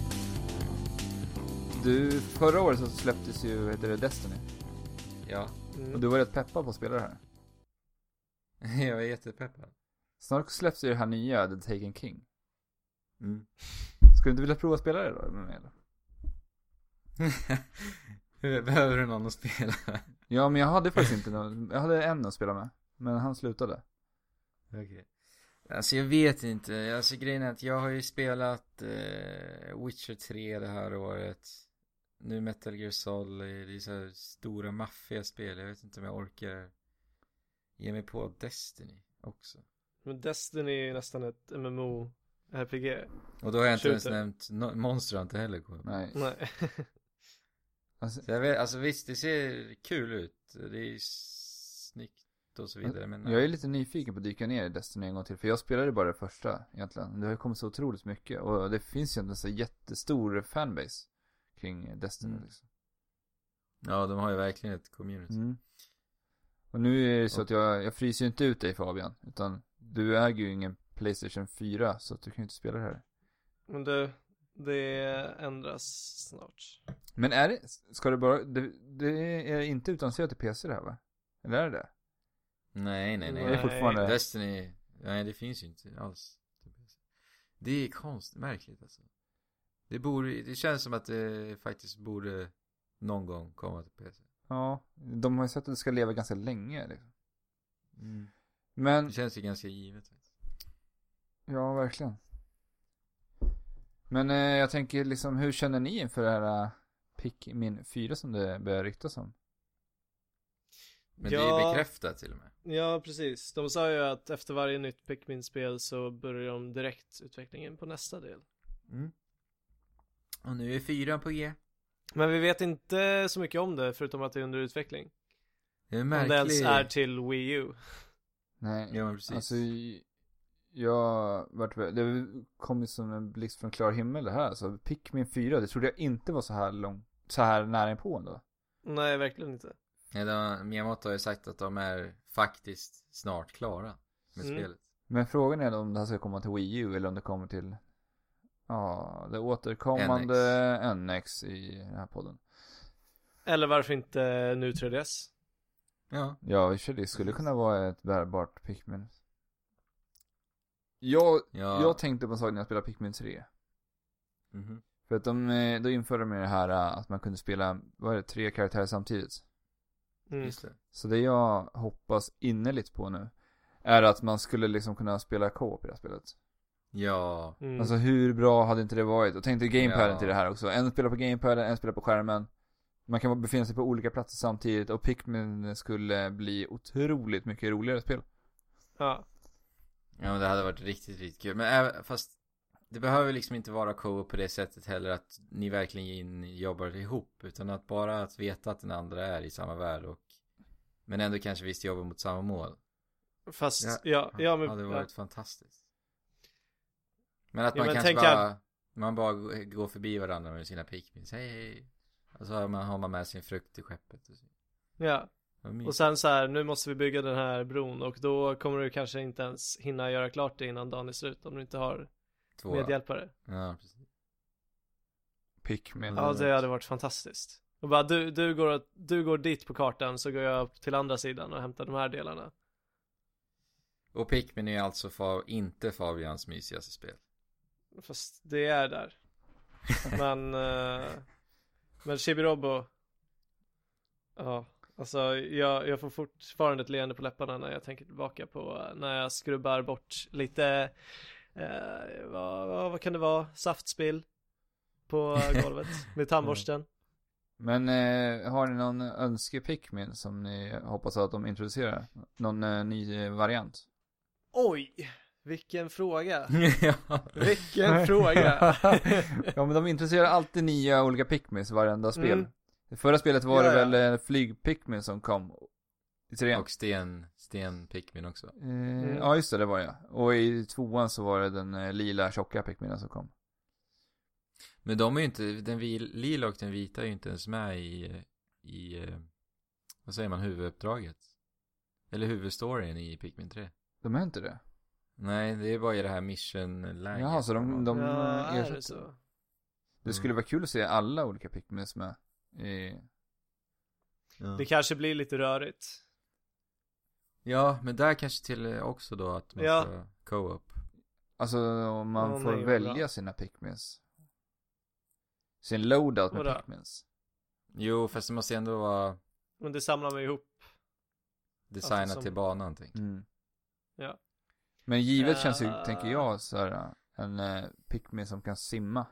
Förra året så släpptes ju, heter det, Destiny. Ja. Och du var rätt peppad på att spela det här. Jag är jättepeppad. Snart släpps ju det här nya, The Taken King. Mm. Skulle du inte vilja prova att spela det då med mig eller? Behöver du någon att spela? Ja, men jag hade faktiskt inte någon. Jag hade en att spela med, men han slutade. Okej. Alltså jag vet inte. Alltså grejen är att jag har ju spelat Witcher 3 det här året. Nu Metal Gear Solid. Det är så här stora maffiga spel. Jag vet inte om jag orkar ge mig på Destiny också. Men Destiny är nästan ett MMO-RPG. Och då har jag inte ens nämnt Monster inte heller. Nej. Så jag vet, alltså visst, det ser kul ut. Det är snyggt. nytt och så vidare. Men jag är lite nyfiken på att dyka ner i Destiny en gång till. För jag spelade bara det första egentligen. Det har ju kommit så otroligt mycket. Och det finns ju en så jättestor fanbase kring Destiny liksom. Ja, de har ju verkligen ett community. Och nu är det så att jag fryser ju inte ut dig, Fabian. Utan du äger ju ingen PlayStation 4. Så att du kan ju inte spela det här. Men det ändras snart. Men är det, ska det bara, det är inte utannonserat till PC det här, va? Eller är det? Nej. Det är fortfarande Destiny, nej det finns ju inte alls. Det är märkligt alltså. Det känns som att det faktiskt borde någon gång komma till PC. Ja, de har ju sett att det ska leva ganska länge liksom. Men det känns ju ganska givet. Ja, verkligen. Men jag tänker liksom, hur känner ni inför det här Pikmin 4 som det börjar ryktas om? Men det är bekräftat till och med. Ja, precis. De sa ju att efter varje nytt Pikmin-spel så börjar de direkt utvecklingen på nästa del. Och nu är 4 på G. Men vi vet inte så mycket om det, förutom att det är under utveckling. Det är märkligt. Om det ens är till Wii U. Nej, ja, men precis. Alltså, det kom ju som en blixt från klar himmel det här. Så Pikmin 4, det trodde jag inte var så här nära inpå ändå. Nej, verkligen inte. Miyamoto har ju sagt att de är faktiskt snart klara med spelet. Men frågan är om det här ska komma till Wii U eller om det kommer till det återkommande NX i den här podden. Eller varför inte nu 3DS? Ja, det skulle kunna vara ett bärbart Pikmin. Jag tänkte på en sak när jag spelade Pikmin 3. För att då införde de det här att man kunde spela 3 karaktärer samtidigt. Just det. Så det jag hoppas innerligt på nu är att man skulle liksom kunna spela co-op i det här spelet. Ja. Alltså hur bra hade inte det varit? Och tänkte gamepaden till det här också. En spelar på gamepaden, en spelar på skärmen. Man kan befinna sig på olika platser samtidigt. Och Pikmin skulle bli otroligt mycket roligare spel. Ja, men det hade varit riktigt, riktigt kul. Men fast det behöver liksom inte vara co-op på det sättet heller, att ni verkligen jobbar ihop. Utan att bara att veta att den andra är i samma värld men ändå kanske visst jobbar mot samma mål. fast men hade varit fantastiskt. Men att man men kanske bara går förbi varandra med sina Pikmin. Hej. Och så har man med sin frukt i skeppet. Och så. Ja. Och sen så här, nu måste vi bygga den här bron. Och då kommer du kanske inte ens hinna göra klart det innan dagen är slut. Om du inte har medhjälpare. Ja, precis. Pikmin. Ja, det hade varit fantastiskt. Och bara du går dit på kartan, så går jag till andra sidan och hämtar de här delarna. Och Pikmin är alltså inte Fabians mysigaste spel. Fast det är där. Men Chibi-Robo. Ja, alltså jag får fortfarande ett leende på läpparna när jag tänker tillbaka på när jag skrubbar bort lite vad kan det vara? Saftspill på golvet med tandborsten. Men har ni någon önske-Pikmin som ni hoppas att de introducerar? Någon ny variant? Oj, vilken fråga. Ja. Vilken fråga. Ja, men de introducerar alltid nya olika Pikmins varenda spel. I förra spelet var det väl flyg-Pikmin som kom i 3. Och sten-Pikmin också. Ja, just det var jag. Och i 2:an så var det den lila tjocka Pikminen som kom. Men de är ju inte, den lila och den vita är ju inte ens med i vad säger man, huvuduppdraget. Eller huvudstoryn i Pikmin 3. De är inte det? Nej, det är bara i det här mission-läget. Ja, så de är det så? Det skulle vara kul att se alla olika Pikmins med Det kanske blir lite rörigt. Ja, men där kanske till också då att man får co-op. Alltså om man får välja sina Pikmins. Sin loadout med Pikmins. Jo, fast det måste ändå vara... Men det samlar man ihop. Designat alltså till banan, tänker jag. Ja. Men givet känns ju, tänker jag, så här, en Pikmin som kan simma.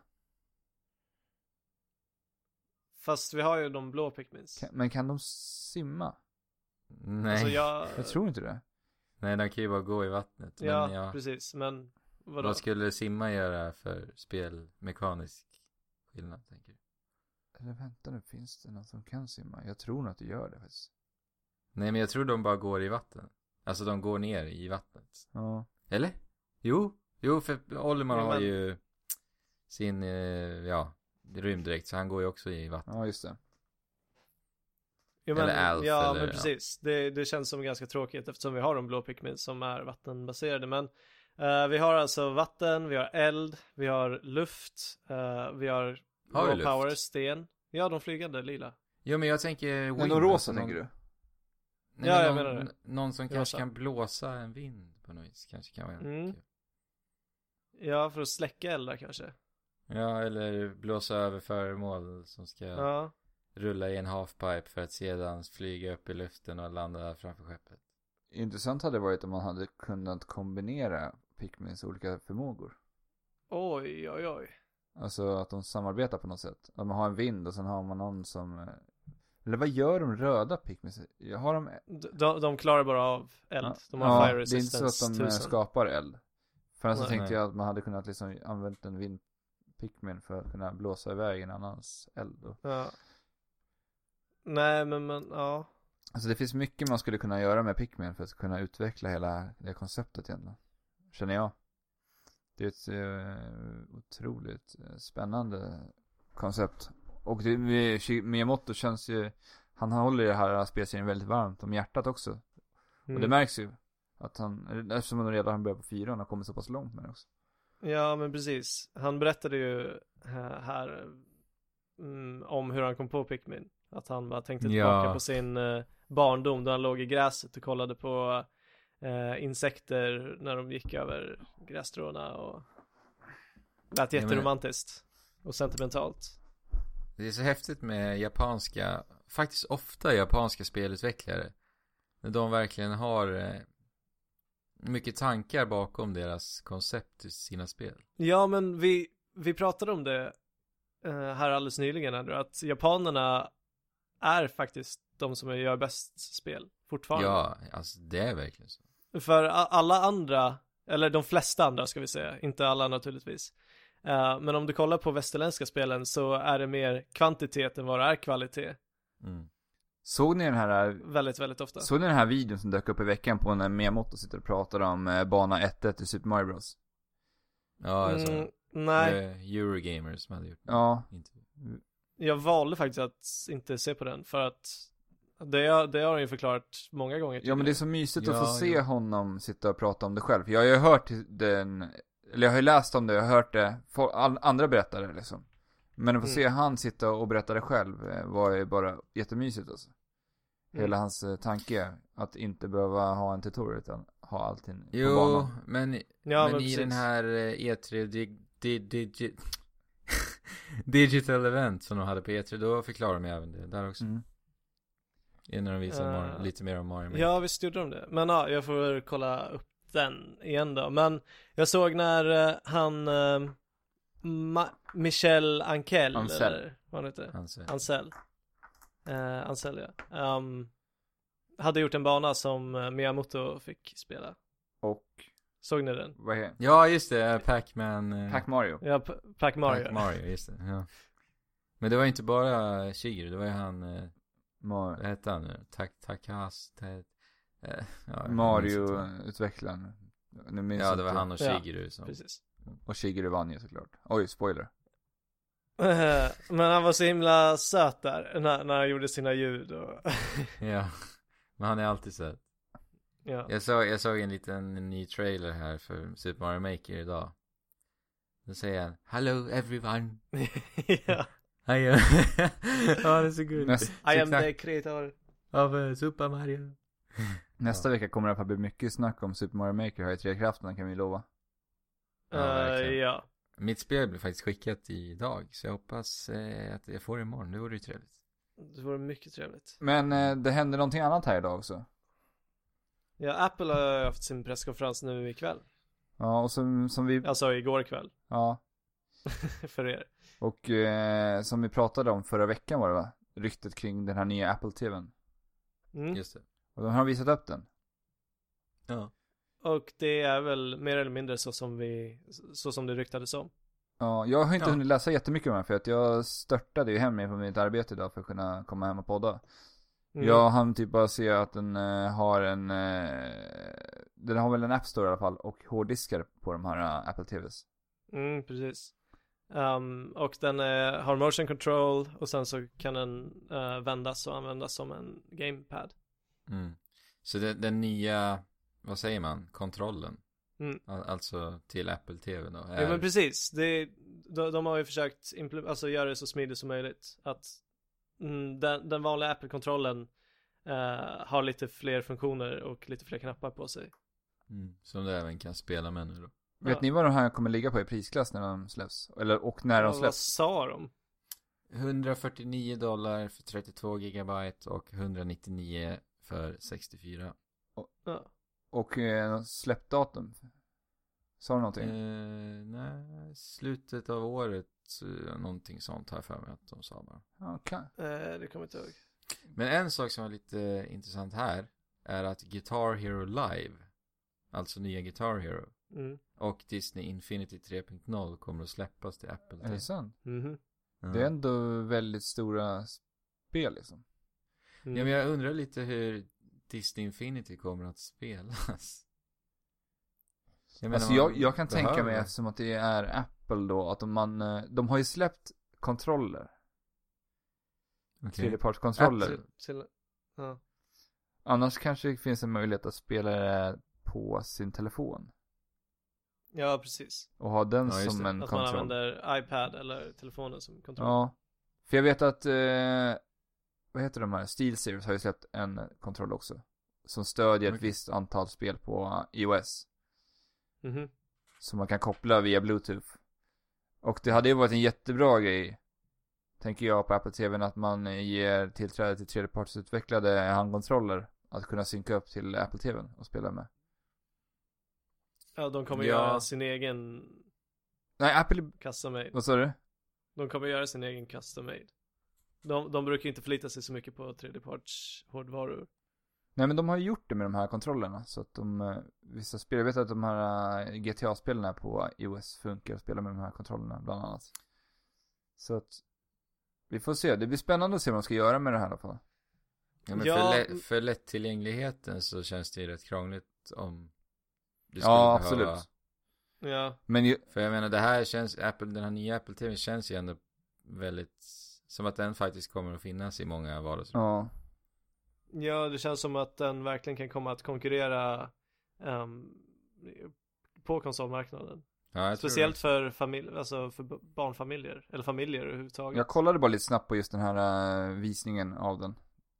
Fast vi har ju de blå Pikmins. Men kan de simma? Nej. Alltså jag tror inte det. Nej, de kan ju bara gå i vattnet. Ja, men precis. Men vadå? Vad skulle simma göra för spelmekanisk skillnad, tänker du? Eller vänta nu, finns det någon som kan simma? Jag tror nog att det gör det faktiskt. Nej, men jag tror de bara går i vatten. Alltså de går ner i vattnet. Ja. Eller? Jo, för Olimar har ju sin, rymddräkt, så han går ju också i vatten. Ja, just det. Jo, men, eller Alf. ja, eller, men precis. Det känns som ganska tråkigt eftersom vi har de blå Pikmin som är vattenbaserade. Men vi har alltså vatten, vi har eld, vi har luft, vi har raw power, sten. Ja, de flygande lila. Jo, men jag tänker... Men de rosa tänker du? Nej, ja, jag någon, menar det. Någon som kanske kan blåsa en vind på något vis. Kanske kan vara kul. Ja, för att släcka eldar kanske. Ja, eller blåsa över föremål som ska rulla i en halfpipe för att sedan flyga upp i luften och landa framför skeppet. Intressant hade varit om man hade kunnat kombinera Pikmins olika förmågor. Oj. Alltså att de samarbetar på något sätt. Att man har en vind och sen har man någon som... Eller vad gör de röda Pikmins? Har de klarar bara av eld. De har fire resistance. Det är inte så att de 1000. skapar eld. För så tänkte jag att man hade kunnat liksom använt en vind Pikmin för att kunna blåsa iväg en annans eld. Ja. Nej, men ja. Alltså det finns mycket man skulle kunna göra med Pikmin för att kunna utveckla hela det konceptet egentligen. Känner jag. Det är ett otroligt spännande koncept. Och Miyamoto känns ju... Han håller det här spelserien väldigt varmt om hjärtat också. Och det märks ju. Att han, eftersom han redan börjat på 4 har kommit så pass långt med det också. Ja, men precis. Han berättade ju här om hur han kom på Pikmin. Att han bara tänkte tillbaka på sin barndom då han låg i gräset och kollade på insekter när de gick över grässtråna och lät jätteromantiskt och sentimentalt. Det är så häftigt med faktiskt ofta japanska spelutvecklare. När de verkligen har mycket tankar bakom deras koncept i sina spel. Ja, men vi pratade om det här alldeles nyligen, Andrew, att japanerna är faktiskt de som gör bäst spel fortfarande. Ja, alltså det är verkligen så. För alla andra, eller de flesta andra ska vi säga, inte alla naturligtvis. Men om du kollar på västerländska spelen så är det mer kvantitet än vad det är kvalitet. Såg ni den här... Väldigt, väldigt ofta. Såg ni den här videon som dök upp i veckan på när Miyamoto sitter och pratar om bana 1-1 i Super Mario Bros? Ja, alltså. Nej. Eurogamer som hade gjort det. Ja. Jag valde faktiskt att inte se på den för att det har han ju förklarat många gånger. Ja, men det är så mysigt att få se honom sitta och prata om det själv. Jag har ju hört den, eller jag har ju läst om det, jag har hört det andra berättare liksom. Men att få se han sitta och berätta det själv var ju bara jättemysigt alltså. Hela hans tanke att inte behöva ha en tutorial utan ha allting på banan. Men i den här E3 Digital Event som de hade på E3, då förklarar de även det där också. När de visar lite mer om Mario Maker. Ja, visst gjorde de det. Men ja, jag får kolla upp den igen då. Men jag såg när han Michel Ancel. Eller vad han heter? Ancel, ja. Hade gjort en bana som Miyamoto fick spela. Och såg ni den? Vad är? Ja, just det, Pac-Man. Pac-Mario. Ja, Pac-Mario. Pac-Mario, just det. Ja. Men det var ju inte bara Shigeru, det var ju han vad hette han nu? Mario-utvecklaren. Ja, det var han och Shigeru som... Precis. Och Shigeru vann ju såklart. Oj, spoiler. Men han var så himla söt där när han gjorde sina ljud och... Ja, men han är alltid söt. Ja. Jag såg en liten ny trailer här för Super Mario Maker idag. Då säger han: Hello everyone. Ja. Ja, det är så gulligt. I am the creator av Super Mario. Nästa vecka kommer det att bli mycket snack om Super Mario Maker här i Trekraften, kan vi lova. Ja. Mitt spel blir faktiskt skickat idag, så jag hoppas att jag får det imorgon. Det vore ju trevligt. Det vore mycket trevligt. Men det händer någonting annat här idag också. Ja, Apple har haft sin presskonferens nu ikväll. Ja, och som vi... Alltså igår kväll. Ja. För er. Och som vi pratade om förra veckan var det, va? Ryktet kring den här nya Apple TV:n. Just det. Och de har visat upp den. Ja. Och det är väl mer eller mindre så som det ryktades om. Ja, jag har inte hunnit läsa jättemycket om det, för att jag störtade ju hem från mitt arbete idag för att kunna komma hem och podda. Jag hann typ bara se att den har en den har väl en App Store i alla fall och hårddiskar på de här Apple TVs. Precis. Och den har motion control och sen så kan den vändas och användas som en gamepad. Så den nya, vad säger man, kontrollen? Alltså till Apple TV då? Ja men precis, de har ju försökt göra det så smidigt som möjligt. Att den vanliga Apple-kontrollen har lite fler funktioner och lite fler knappar på sig. Som du även kan spela med nu då. Vet ni vad de här kommer ligga på i prisklass när de släpps? Och när de släpps? Vad sa de? $149 för 32 gigabyte och 199 för 64. Och släppdatum? Sa du någonting? Nej, slutet av året någonting sånt här för mig att de sa bara. Okay. Det kommer inte ihåg. Men en sak som var lite intressant här är att Guitar Hero Live, alltså nya Guitar Hero och Disney Infinity 3.0 kommer att släppas till Apple. Är det sant? Ja. Det är ändå väldigt stora spel liksom. Ja, men jag undrar lite hur Disney Infinity kommer att spelas. Jag kan tänka mig, eftersom att det är Apple då, att de har ju släppt kontroller. Tredjepartskontroller. Ja. Annars kanske det finns en möjlighet att spela det på sin telefon. Ja, precis. Och ha den som en kontroll. Att man använder iPad eller telefonen som kontroll. Ja. För jag vet att vad heter de här? SteelSeries har ju släppt en kontroll också. Som stödjer ett visst antal spel på iOS. Som man kan koppla via Bluetooth. Och det hade ju varit en jättebra grej, tänker jag, på Apple TV, att man ger tillträde till tredjepartsutvecklade handkontroller att kunna synka upp till Apple TV och spela med. Ja, de kommer göra sin egen. Nej, Apple custom made. Vad sa du? De kommer göra sin egen custom made. De brukar inte förlita sig så mycket på tredjeparts hårdvaror. Nej, men de har ju gjort det med de här kontrollerna. Så att vissa spel, jag vet att de här GTA-spelarna på iOS funkar att spela med de här kontrollerna bland annat. Så att vi får se, det blir spännande att se vad de ska göra med det här i alla fall. Ja, men för lättillgängligheten så känns det ju rätt krångligt om du skulle behöva. Absolut. Ja. Men för jag menar, det här känns, den här nya Apple TV känns ju ändå väldigt som att den faktiskt kommer att finnas i många vardagsrum. Ja, det känns som att den verkligen kan komma att konkurrera på konsolmarknaden. Ja, speciellt för för barnfamiljer eller familjer överhuvudtaget. Jag kollade bara lite snabbt på just den här visningen av den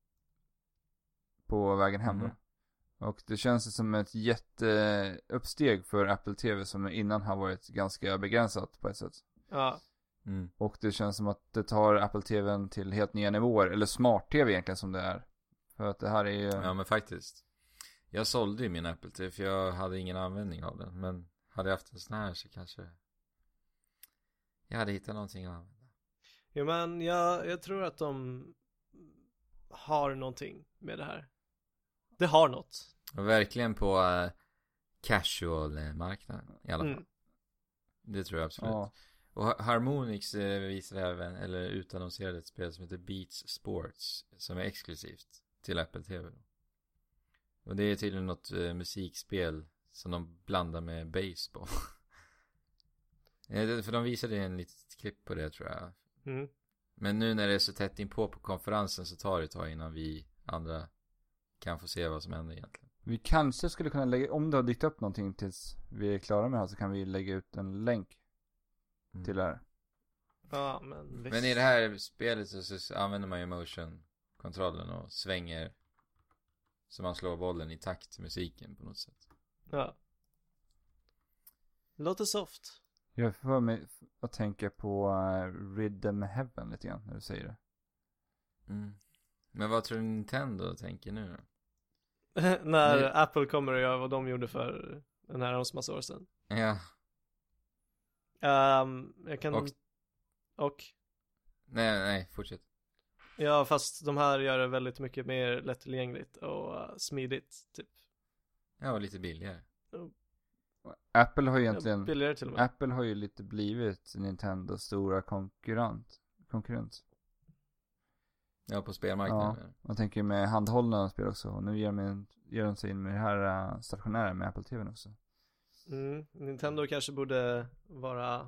på vägen hem då. Och det känns som ett jätteuppsteg för Apple TV som innan har varit ganska begränsat på ett sätt. Ja. Och det känns som att det tar Apple TV:n till helt nya nivåer, eller smart TV egentligen som det är. För att det här är ju... Ja, men faktiskt. Jag sålde ju min Apple TV för jag hade ingen användning av den. Men hade jag haft en sån här så kanske jag hade hittat någonting att använda. Ja, men jag tror att de har någonting med det här. Det har något. Och verkligen på casual-marknaden i alla fall. Det tror jag absolut. Ja. Och Harmonix visar även, eller utannonserade ett spel som heter Beats Sports som är exklusivt till Apple TV. Och det är tydligen något musikspel som de blandar med baseball. För de visade en litet klipp på det, tror jag. Men nu när det är så tätt in på konferensen så tar det ett tag innan vi andra kan få se vad som händer egentligen. Vi kanske skulle kunna lägga, om det har dykt upp någonting tills vi är klara med det här, så kan vi lägga ut en länk till det här. Ja, men visst. Men i det här spelet så använder man ju motion-kontrollen och svänger så man slår bollen i takt till musiken på något sätt. Ja. Låter soft. Jag får mig att tänka på Rhythm Heaven lite grann när du säger det. Men vad tror du Nintendo tänker nu då? När Apple kommer att göra vad de gjorde för en herrans massa år sedan. Ja. Jag kan... Och? Nej, fortsätt. Ja, fast de här gör det väldigt mycket mer lättillgängligt och smidigt, typ. Ja, och lite billigare. Apple har ju egentligen... Billigare till och med. Apple har ju lite blivit Nintendos stora konkurrent. Ja, på spelmarknaden. Ja, jag tänker med handhållna spel också. Och nu ger de sig in med det här stationära med Apple TV också. Nintendo kanske borde vara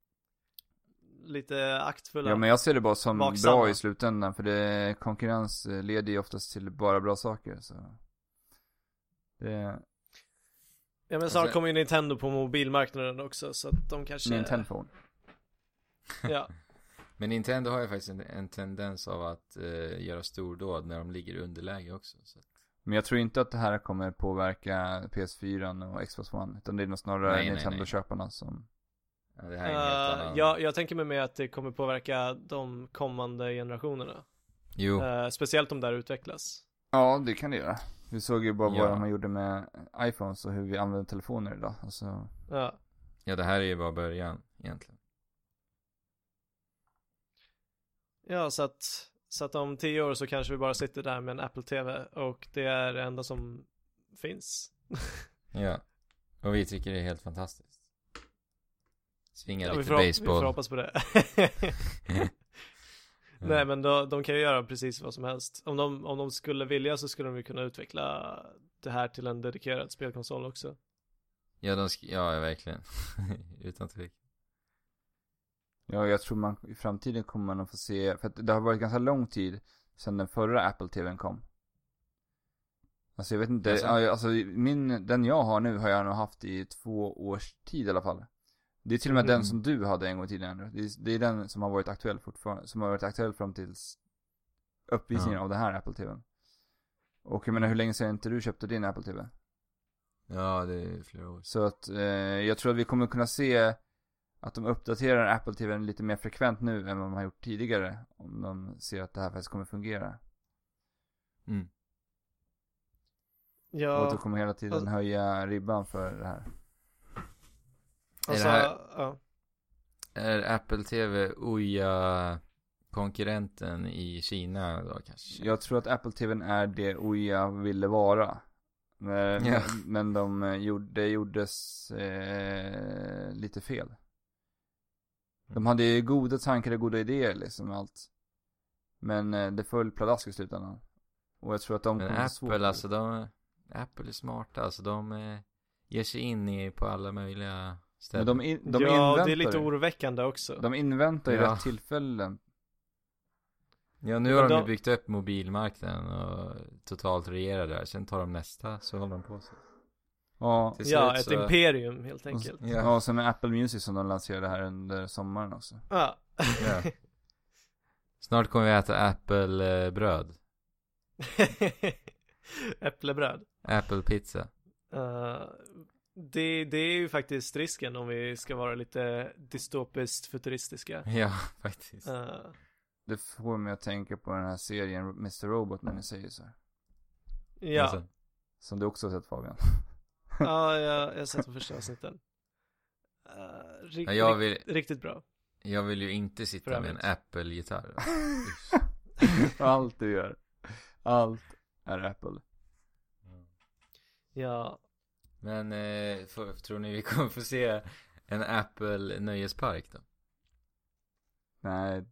lite aktfulla. Ja, men jag ser det bara som vaksamma. bra i slutändan. För konkurrens leder ju oftast till bara bra saker. Så det... Ja, men snart kommer ju Nintendo på mobilmarknaden också. Så att de kanske... Nintendo. Ja. Men Nintendo har ju faktiskt en tendens av att göra stordåd när de ligger i underläge också. Så att... Men jag tror inte att det här kommer påverka PS4 och Xbox One. Utan det är nog snarare Nintendo-köparna som... Ja, det här är en helt annan... jag tänker mig med att det kommer påverka de kommande generationerna. Jo. Speciellt om det här utvecklas. Ja, det kan det göra. Vi såg ju bara vad man gjorde med iPhones och hur vi använder telefoner idag. Alltså... Ja, det här är ju bara början egentligen. Ja, så att om 10 år så kanske vi bara sitter där med en Apple TV och det är det enda som finns. Ja, och vi tycker det är helt fantastiskt. Svinga lite vi baseball. får hoppas på det. Nej, men de kan ju göra precis vad som helst. Om de skulle vilja så skulle de ju kunna utveckla det här till en dedikerad spelkonsol också. Ja, ja, verkligen. Utan tvekan. Ja, jag tror i framtiden kommer man att få se, för att det har varit ganska lång tid sedan den förra Apple TV:n kom. Alltså jag vet inte, den jag har nu har jag nog haft i 2 års tid i alla fall. Det är till och med den som du hade en gång tidigare. Det är den som har varit aktuell fortfarande, som har varit aktuell fram till uppvisningen av den här Apple TV:n. Och jag menar, hur länge sedan inte du köpte din Apple TV? Ja, det är flera år. Så att jag tror att vi kommer kunna se att de uppdaterar Apple TV lite mer frekvent nu än vad de har gjort tidigare. Om de ser att det här faktiskt kommer fungera. Ja. Och att de kommer hela tiden höja ribban för det här. Alltså, är Apple TV Ouya konkurrenten i Kina då kanske? Jag tror att Apple TV är det Ouya ville vara. Men det gjordes lite fel. De hade ju goda tankar och goda idéer liksom allt. Men det föll pladask i slutändan. Och jag tror att de kommer Apple, alltså Apple är smarta, alltså de ger sig in på alla möjliga ställen. Men de inväntar. Det är lite oroväckande också. De inväntar ju rätt tillfällen. Ja, nu har de ju byggt upp mobilmarknaden och totalt regerar där. Sen tar de nästa, så håller de på sig. Ja, ett imperium helt enkelt. Och sen med Apple Music som de lanserade här under sommaren också. Ja. Snart kommer vi äta Apple-bröd. Äpplebröd. Apple pizza. Det är ju faktiskt risken om vi ska vara lite dystopiskt futuristiska. Ja, faktiskt. Det får mig att tänka på den här serien Mr. Robot när ni säger så här. Ja. Alltså. Som du också har sett, Fabian. Ja, jag har sett på första avsnitten. Riktigt bra. Jag vill ju inte sitta med en Apple-gitarr. Allt du gör. Allt är Apple. Ja. Men tror ni vi kommer få se en Apple-nöjespark då? Nej.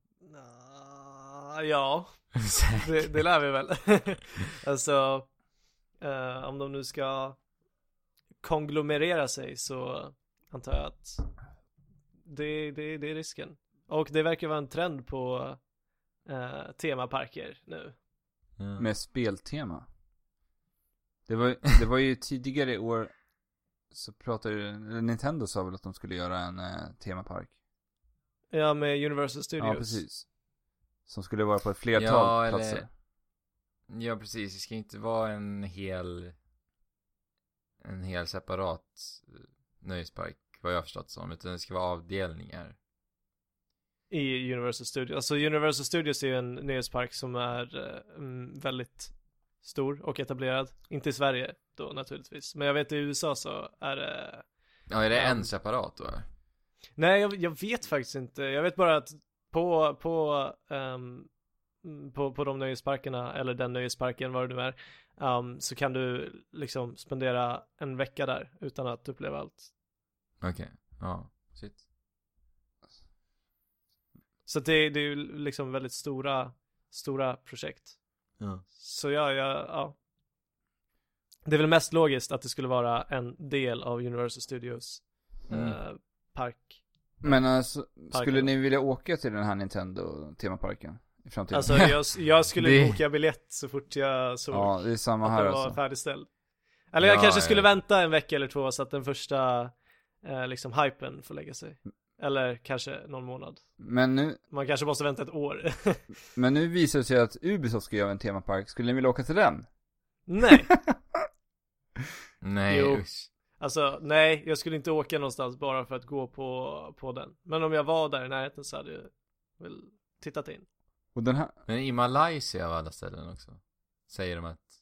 Ja. det lär vi väl. Alltså om de nu ska konglomerera sig så antar jag att det är risken. Och det verkar vara en trend på temaparker nu. Med speltema. Det var ju tidigare i år så pratade Nintendo sa väl att de skulle göra en temapark. Ja, med Universal Studios. Ja, precis. Som skulle vara på ett flertal platser. Ja, precis. Det ska inte vara en hel separat nöjespark, vad jag har förstått som, utan det ska vara avdelningar. I Universal Studios. Alltså Universal Studios är ju en nöjespark som är väldigt stor och etablerad. Inte i Sverige då naturligtvis. Men jag vet i USA så är det... Ja, är det en separat då? Nej, jag vet faktiskt inte. Jag vet bara att på de nöjesparkerna, eller den nöjesparken, vad det nu är, så kan du liksom spendera en vecka där utan att uppleva allt. Okej. Ja, shit. Så det är ju liksom väldigt stora stora projekt. Ja. Så ja. Det är väl mest logiskt att det skulle vara en del av Universal Studios park. Men alltså, skulle ni vilja åka till den här Nintendo-temaparken i framtiden? Alltså jag skulle boka biljett så fort jag såg det är samma att här den var alltså. färdigställd. Eller jag kanske skulle vänta en vecka eller två så att den första liksom hypen får lägga sig. Eller kanske någon månad. Men nu... Man kanske måste vänta ett år. Men nu visar det sig att Ubisoft ska göra en temapark. Skulle ni vilja åka till den? Nej. Nej, jo. usch. Alltså, nej, jag skulle inte åka någonstans bara för att gå på den. Men om jag var där i närheten så hade jag väl tittat in. Och den här... Men i Malaysia av alla ställen också säger de att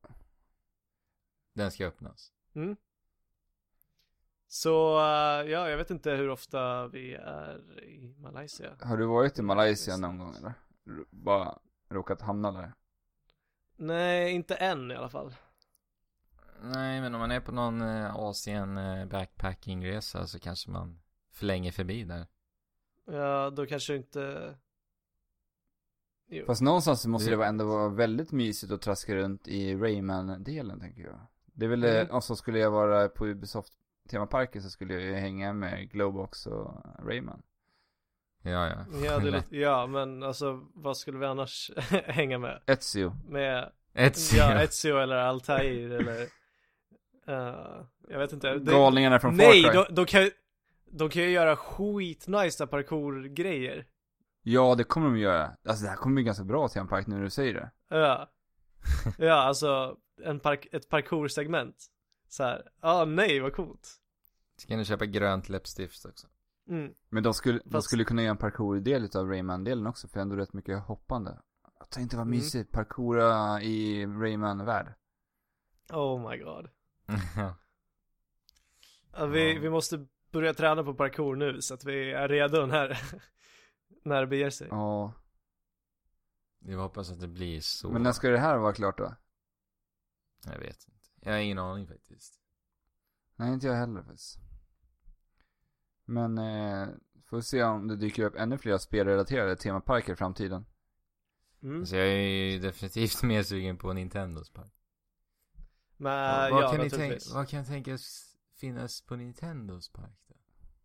den ska öppnas. Mm. Så, ja, jag vet inte hur ofta vi är i Malaysia. Har du varit i Malaysia någon gång eller? Bara råkat hamna där? Nej, inte än i alla fall. Nej, men om man är på någon Asien backpackingresa så kanske man förlänger förbi där. Ja, då kanske inte... Jo. Fast någonstans måste det ändå vara väldigt mysigt att traska runt i Rayman-delen, tänker jag. Det är väl, och så skulle jag vara på Ubisoft temaparken så skulle jag hänga med Globox och Rayman. Ja. Ja, det är lite, ja, men alltså, vad skulle vi annars hänga med? Ezio. Med Ezio. Ja, Ezio eller Altair eller jag vet inte. Galningarna från Far Cry. Nej, de kan ju göra skitnice parkour-grejer. Ja, det kommer de göra. Alltså det här kommer bli ganska bra temapark nu när du säger det. Ja. Ja, alltså ett parkour-segment. Så här. Nej, vad coolt. Ska ni köpa grönt läppstift också? Mm. Men de skulle kunna göra en parkour-del utav Rayman-delen också, för ändå rätt mycket hoppande. Jag tänkte vad mysigt, parkoura i Rayman-värld. Oh my god. Vi måste börja träna på parkour nu så att vi är redo när det beger sig. Ja. Jag hoppas att det blir så. Men när ska det här vara klart då? Jag vet inte. Jag har ingen aning faktiskt. Nej, inte jag heller faktiskt. Men får se om det dyker upp ännu fler spelrelaterade temaparker i framtiden. Så jag är ju definitivt mer sugen på Nintendos park. Men vad kan tänkas finnas på Nintendos park då?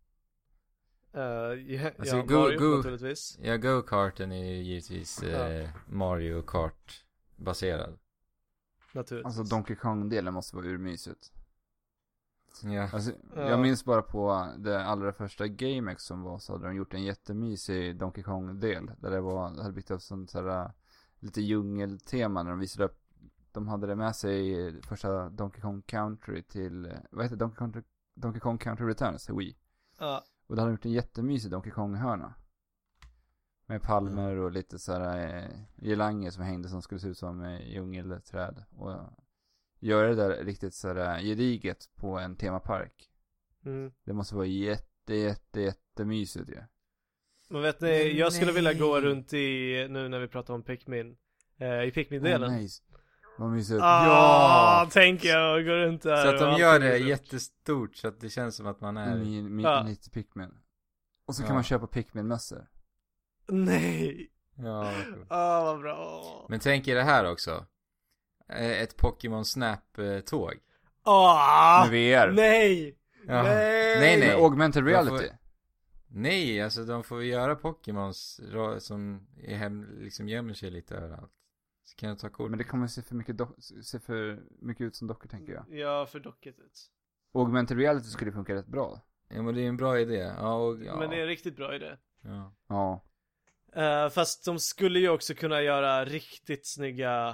Alltså, Mario naturligtvis. Ja, Go-karten är ju givetvis Mario Kart baserad. Naturligtvis. Alltså Donkey Kong-delen måste vara urmysigt. Ja. Alltså, jag minns bara på det allra första GameX som var, så hade de gjort en jättemysig Donkey Kong-del. Där det hade byggt upp sånt här lite djungeltema när de visade upp. De hade det med sig i första Donkey Kong Country till, vad heter Donkey Kong Country Returns, Wii. Ja. Och då hade de gjort en jättemysig Donkey Kong-hörna. Med palmer och lite såhär girlanger som hängde som skulle se ut som djungelträd. Och göra det där riktigt såhär gediget på en temapark. Det måste vara jättemysigt ju. Men vet ni, jag skulle vilja gå runt nu när vi pratar om Pikmin. I Pikmin-delen. Nice. Vad mysigt. Tänker jag gå runt där. Så att de gör det jättestort så att det känns som att man är lite Pikmin. Och så kan man köpa Pikmin-mössor. Nej. Ja, vad bra. Men tänk er det här också. Ett Pokémon Snap-tåg. Med VR. Nej. Ja. Nej. Med augmented reality. Nej, alltså de får göra Pokémons som liksom gömmer sig lite överallt. Så kan jag ta kort. Men det kommer se för mycket ut som dockor, tänker jag. Ja, för docket ut. Augmented reality skulle funka rätt bra. Ja, men det är en bra idé. Ja. Men det är en riktigt bra idé. Ja. Fast de skulle ju också kunna göra riktigt snygga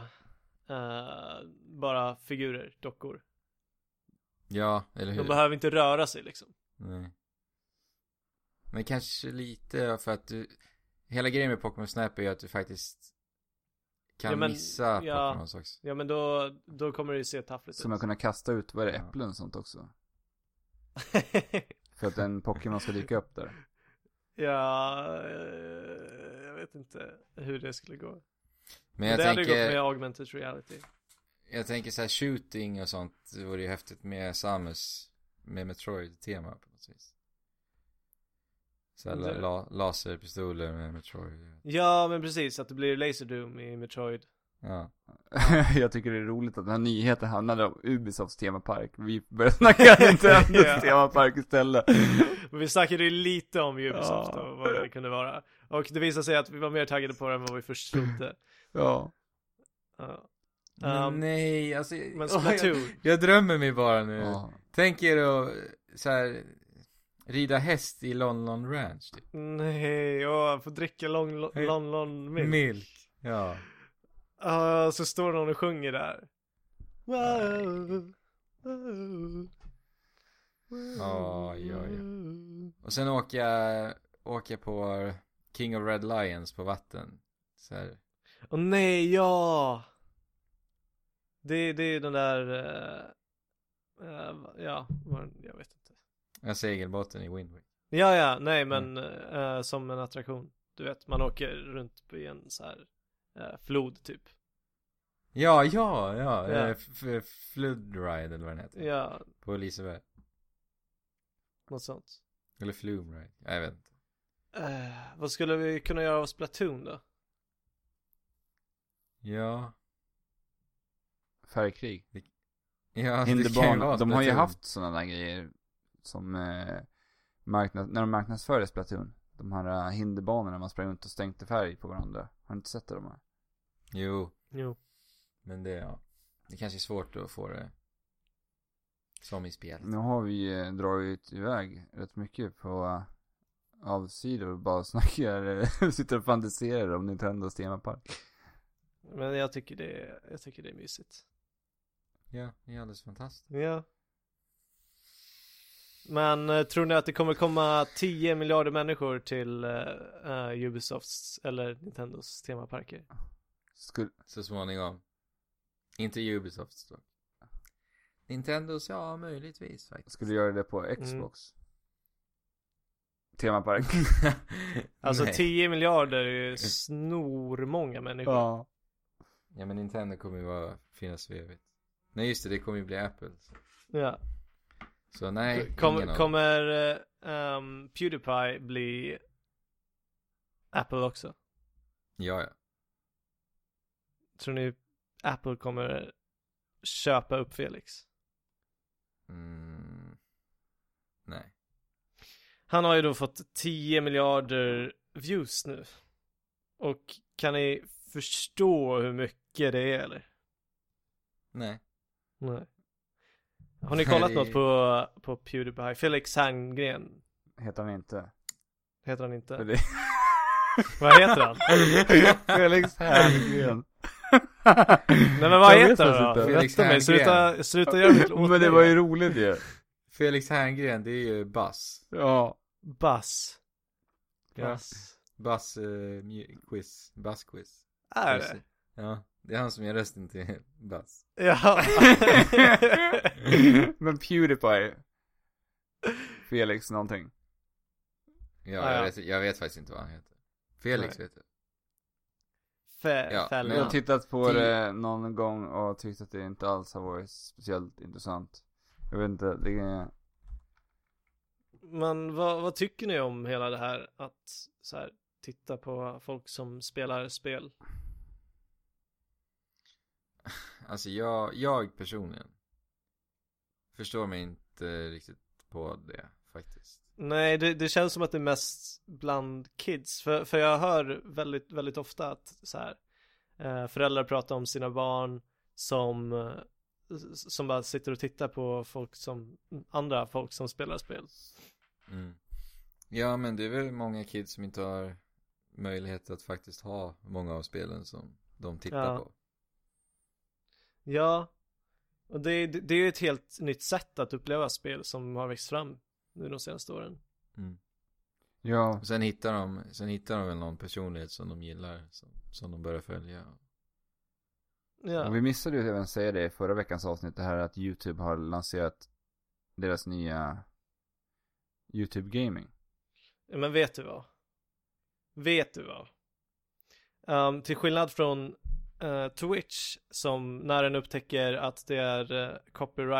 bara figurer, dockor. Ja, eller hur? De behöver inte röra sig liksom. Nej. Men kanske lite för att hela grejen med Pokémon Snap är ju att du faktiskt kan missa Pokémons också. Ja, men då kommer det ju se taffligt ut. Så man kunna kasta ut, vad är det, äpplen och sånt också? För att en Pokémon ska dyka upp där. Ja, jag vet inte hur det skulle gå. Men det hade gått med augmented reality. Jag tänker så här, shooting och sånt, det vore ju häftigt med Samus med Metroid-tema på något vis. Så laserpistoler med Metroid. Ja, men precis, att det blir Laserdoom i Metroid. Ja. Jag tycker det är roligt att den här nyheten handlade om Ubisofts temapark. Vi började snacka Nintendos temapark istället. Vi snackade ju lite om Ubisoft och vad det kunde vara. Och det visade sig att vi var mer taggade på det än vad vi först trodde. Ja. Men nej, alltså men Splatoon. Jag drömmer mig bara nu. Tänk er att så här rida häst i Lon Ranch typ. Nej, jag får dricka Lon milk. Ja. Så står någon och sjunger där. Wow. Ja. Och sen åker jag på King of Red Lions på vatten. Så här. Åh nej, ja. Det är den där jag vet inte. Jag segelbåten i Wind Waker. Ja, nej men som en attraktion. Du vet, man åker runt på en så här flod typ. Ja. Flood Ride eller vad den heter. Ja. På Liseberg. Något sånt. Eller Flume Ride. Jag vet inte. Vad skulle vi kunna göra av Splatoon då? Ja. Färgkrig. Ja, Hinderbana. De har ju haft sådana där grejer som när de marknadsförde Splatoon. De här hinderbanorna man sprang runt och stänkte färg på varandra. Har du inte sett det de här? Jo. Men det kanske är svårt att få det som i spel. Nu har vi dragit iväg rätt mycket på avsidor och bara snackar sitter och fantiserar om Nintendos temapark. Men jag tycker det är mysigt. Ja, det är alldeles fantastiskt. Ja. Men tror ni att det kommer komma 10 miljarder människor till Ubisofts eller Nintendos temaparker? Så småningom. Inte Ubisofts då. Nintendos, ja, möjligtvis faktiskt. Skulle du göra det på Xbox? Temapark. Alltså 10 miljarder är ju snormånga människor. Ja. Ja, men Nintendo kommer ju finnas för evigt. Nej, just det kommer ju bli Apple. Ja. Så nej, kommer PewDiePie bli Apple också? Ja. Tror ni Apple kommer köpa upp Felix? Nej. Han har ju då fått 10 miljarder views nu. Och kan ni förstå hur mycket det är, eller? Nej. Har ni kollat något på PewDiePie? Felix Herngren. Heter han inte? Vad heter han? Felix Herngren. Nej, men vad heter han då? Felix Herngren. Sluta göra mitt åt. Men det var ju roligt ju. Felix Herngren, det är ju Buzz. Ja. Buzz. Buzz quiz. Buzz quiz. Är det? Ja, det är han som gör rösten till Buzz. Ja. Men PewDiePie. Felix någonting. Ja. Jag vet faktiskt inte vad han heter. Felix vet jag. Jag har tittat på det någon gång och tyckt att det inte alls har varit speciellt intressant. Jag vet inte, det är... Men vad tycker ni om hela det här att så här, titta på folk som spelar spel? Alltså jag personligen förstår mig inte riktigt på det faktiskt. Nej, det känns som att det är mest bland kids. För jag hör väldigt, väldigt ofta att så här, föräldrar pratar om sina barn som bara sitter och tittar på andra folk som spelar spel. Ja, men det är väl många kids som inte har möjlighet att faktiskt ha många av spelen som de tittar på. Ja, och det är ju ett helt nytt sätt att uppleva spel som har växt fram nu de senaste åren. Ja. Och sen hittar de väl någon personlighet som de gillar, som de börjar följa. Ja. Och vi missade ju även säga det i förra veckans avsnitt, det här att YouTube har lanserat deras nya YouTube Gaming. Ja, men vet du vad? Till skillnad från Twitch, som när den upptäcker att det är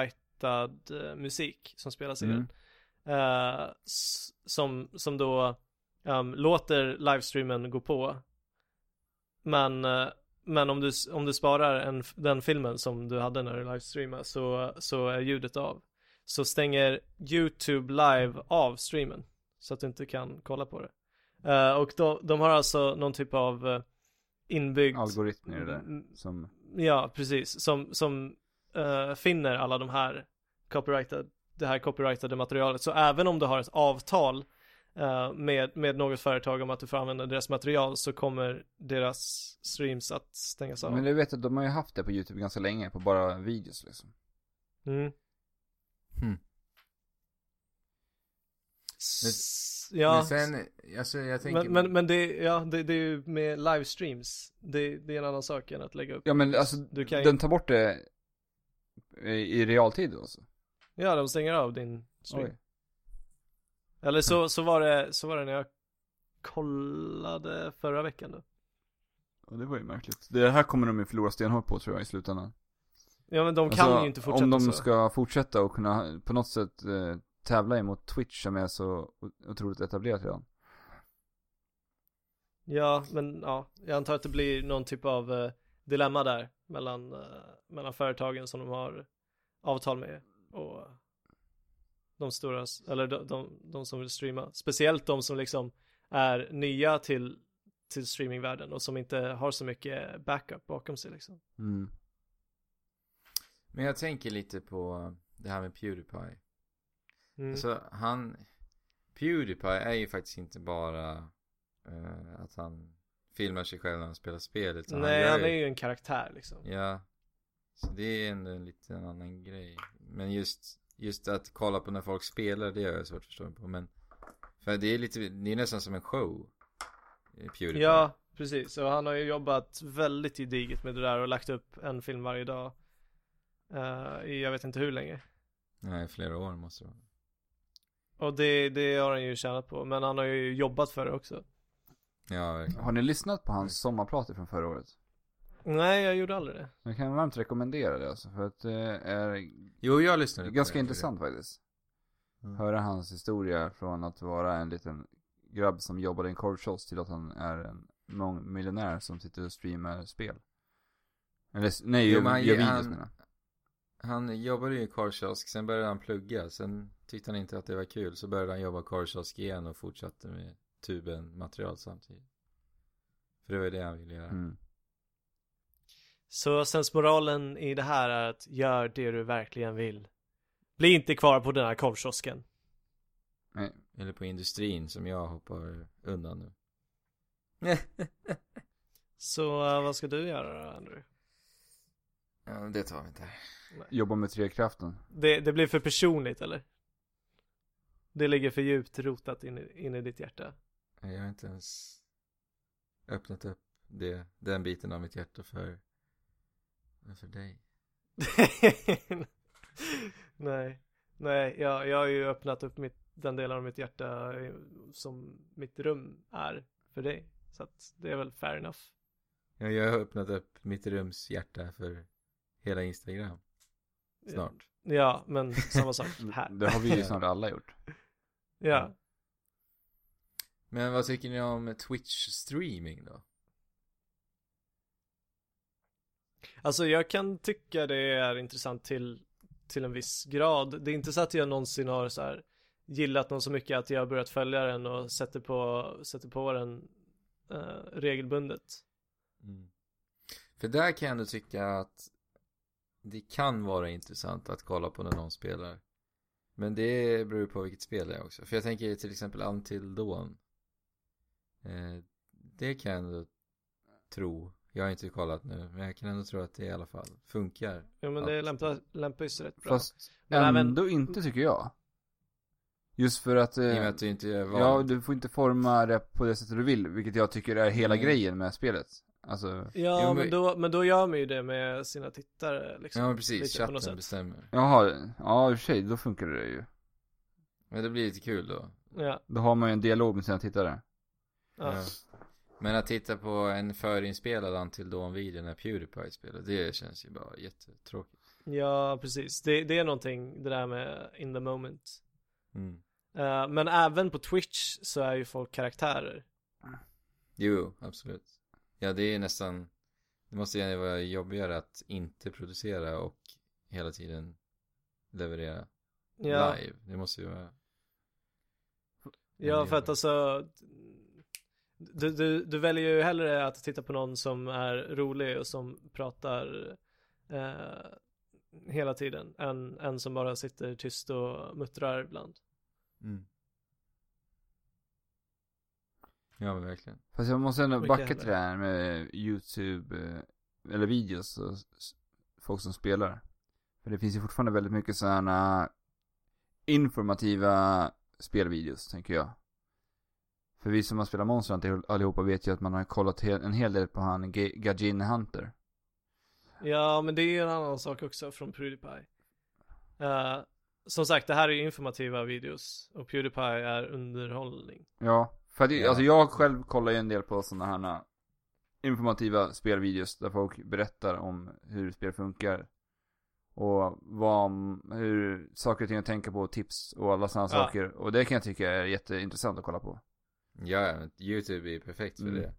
copyrightad musik som spelas i den, som då låter livestreamen gå på. Men om du sparar den filmen som du hade när du livestreamade så är ljudet av. Så stänger YouTube live av streamen så att du inte kan kolla på det. Och de har alltså någon typ av inbyggd algoritm i det där som... Ja, precis. Som finner alla det här copyrightade materialet. Så även om du har ett avtal med något företag om att du får använda deras material, så kommer deras streams att stängas av. Men du vet att de har ju haft det på YouTube ganska länge, på bara videos liksom. Ja. Men sen, alltså jag tänker... Men det är ju med livestreams. Det är en annan sak än att lägga upp. Ja, men alltså den tar bort det i realtid då alltså. Ja, de stänger av din stream. Oj. Eller så var det när jag kollade förra veckan då. Ja, det var ju märkligt. Det här kommer de ju förlora stenhårt på, tror jag, i slutändan. Ja, men de kan ju inte fortsätta. Om de så. ska fortsätta och kunna på något sätt tävla emot Twitch som är så otroligt etablerat redan. Ja, men ja, jag antar att det blir någon typ av dilemma där mellan företagen som de har avtal med och de stora, eller de som vill streama. Speciellt de som liksom är nya till streamingvärlden och som inte har så mycket backup bakom sig liksom. Men jag tänker lite på det här med PewDiePie. Så PewDiePie är ju faktiskt inte bara att han filmar sig själv när han spelar spel, utan nej, han är ju en karaktär liksom. Ja. Så det är ändå en lite annan grej. Men just att kolla på när folk spelar, det är jag svårt att förstå på. Men för det är nästan som en show, PewDiePie. Ja, precis. Och han har ju jobbat väldigt gediget med det där och lagt upp en film varje dag. Jag vet inte hur länge. Nej, flera år måste det vara. Och det har han ju tjänat på. Men han har ju jobbat för det också. Ja, verkligen. Har ni lyssnat på hans sommarprater från förra året? Nej, jag gjorde aldrig det. Jag kan varmt rekommendera det alltså, för att det är... Jo, jag lyssnade på ganska det. intressant faktiskt. Höra hans historia från att vara en liten grabb som jobbade i en korvkiosk till att han är en mångmiljonär som sitter och streamar spel. Eller, nej, gör videos menar. Han jobbade ju i korvkiosk, sen började han plugga. Sen tyckte han inte att det var kul, så började han jobba korvkiosk igen och fortsatte med tuben-material samtidigt. För det var det han ville göra. Så sensmoralen i det här är att gör det du verkligen vill. Bli inte kvar på den här korvkiosken. Nej. Eller på industrin som jag hoppar undan nu. Så vad ska du göra då, Andrew? Ja, det tar vi inte. Jobba med trekraften. Det blir för personligt, eller? Det ligger för djupt rotat in i ditt hjärta. Jag har inte ens öppnat upp den biten av mitt hjärta för dig. Nej, jag har ju öppnat upp den delen av mitt hjärta som mitt rum är för dig. Så att det är väl fair enough. Ja, jag har öppnat upp mitt rums hjärta för hela Instagram. Snart. Ja, men samma sak här. Det har vi ju snart alla gjort. Ja. Men vad tycker ni om Twitch streaming då? Alltså jag kan tycka det är intressant till en viss grad. Det är inte så att jag någonsin har så här gillat någon så mycket att jag har börjat följa den och sätter på den regelbundet. För där kan jag ändå tycka att det kan vara intressant att kolla på när någon spelar. Men det beror på vilket spel det är också. För jag tänker till exempel Until Dawn. Det kan jag ändå tro. Jag har inte kollat nu, men jag kan ändå tro att det i alla fall funkar. Ja, men det lämpar sig rätt bra. Fast ändå inte tycker jag. Just för att... I och med att du inte är van. Ja, du får inte forma det på det sättet du vill. Vilket jag tycker är hela grejen med spelet. Alltså... Ja, men då gör man ju det med sina tittare liksom. Ja, precis. Chatten bestämmer. Jaha, ja i och för sig, då funkar det ju. Men det blir lite kul då. Ja. Då har man ju en dialog med sina tittare. Ja. Men att titta på en förinspelad Until Dawn-video när PewDiePie spelar, det känns ju bara jättetråkigt. Ja, precis. Det är någonting, det där med in the moment. Men även på Twitch så är ju folk karaktärer. Jo, absolut. Ja, det är nästan... Det måste ju vara jobbigare att inte producera och hela tiden leverera live. Det måste ju vara... Ja, för att alltså... Du väljer ju hellre att titta på någon som är rolig och som pratar hela tiden än en som bara sitter tyst och muttrar ibland. Mm. Ja, men verkligen. Fast jag måste ändå backa till det här med YouTube eller videos och folk som spelar. För det finns ju fortfarande väldigt mycket sådana informativa spelvideos, tänker jag. För vi som har spelat Monster Hunter allihopa vet ju att man har kollat en hel del på han Gajin Hunter. Ja, men det är ju en annan sak också från PewDiePie. Som sagt, det här är ju informativa videos och PewDiePie är underhållning. Ja, för att, alltså jag själv kollar ju en del på sådana här informativa spelvideos där folk berättar om hur spel funkar och hur saker och ting att tänka på, tips och alla sådana saker. Och det kan jag tycka är jätteintressant att kolla på. Ja, YouTube är perfekt för det.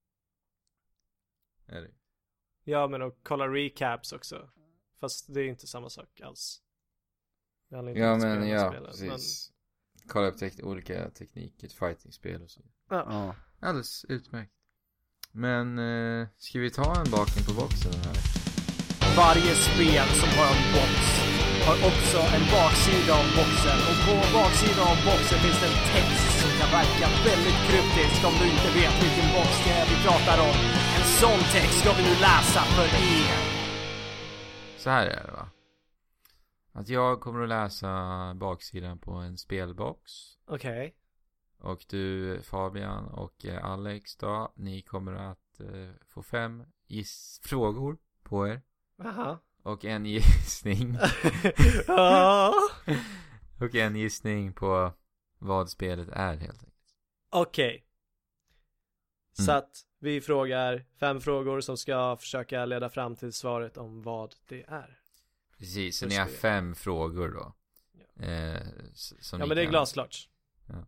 Är det? Ja, men och kolla recaps också. Fast det är inte samma sak alls. Ja, men ja, precis. Men... Kolla upp olika tekniker, fighting-spel och så. Ja. Alldeles utmärkt. Men ska vi ta en baken på boxen här? Varje spel som har en box har också en baksida av boxen. Och på baksidan av boxen finns det en text som kan verka väldigt kryptisk om du inte vet vilken box det är vi pratar om. En sån text ska vi nu läsa för er. Så här är det, va? Att jag kommer att läsa baksidan på en spelbox. Okej. Och du, Fabian och Alex då, ni kommer att få 5 frågor på er. Aha. Och en gissning. Och en gissning på vad spelet är, helt enkelt. Okej. Så att vi frågar 5 frågor som ska försöka leda fram till svaret om vad det är. Precis, så ni har 5 frågor då. Ja, som men det är glasklart. Ja.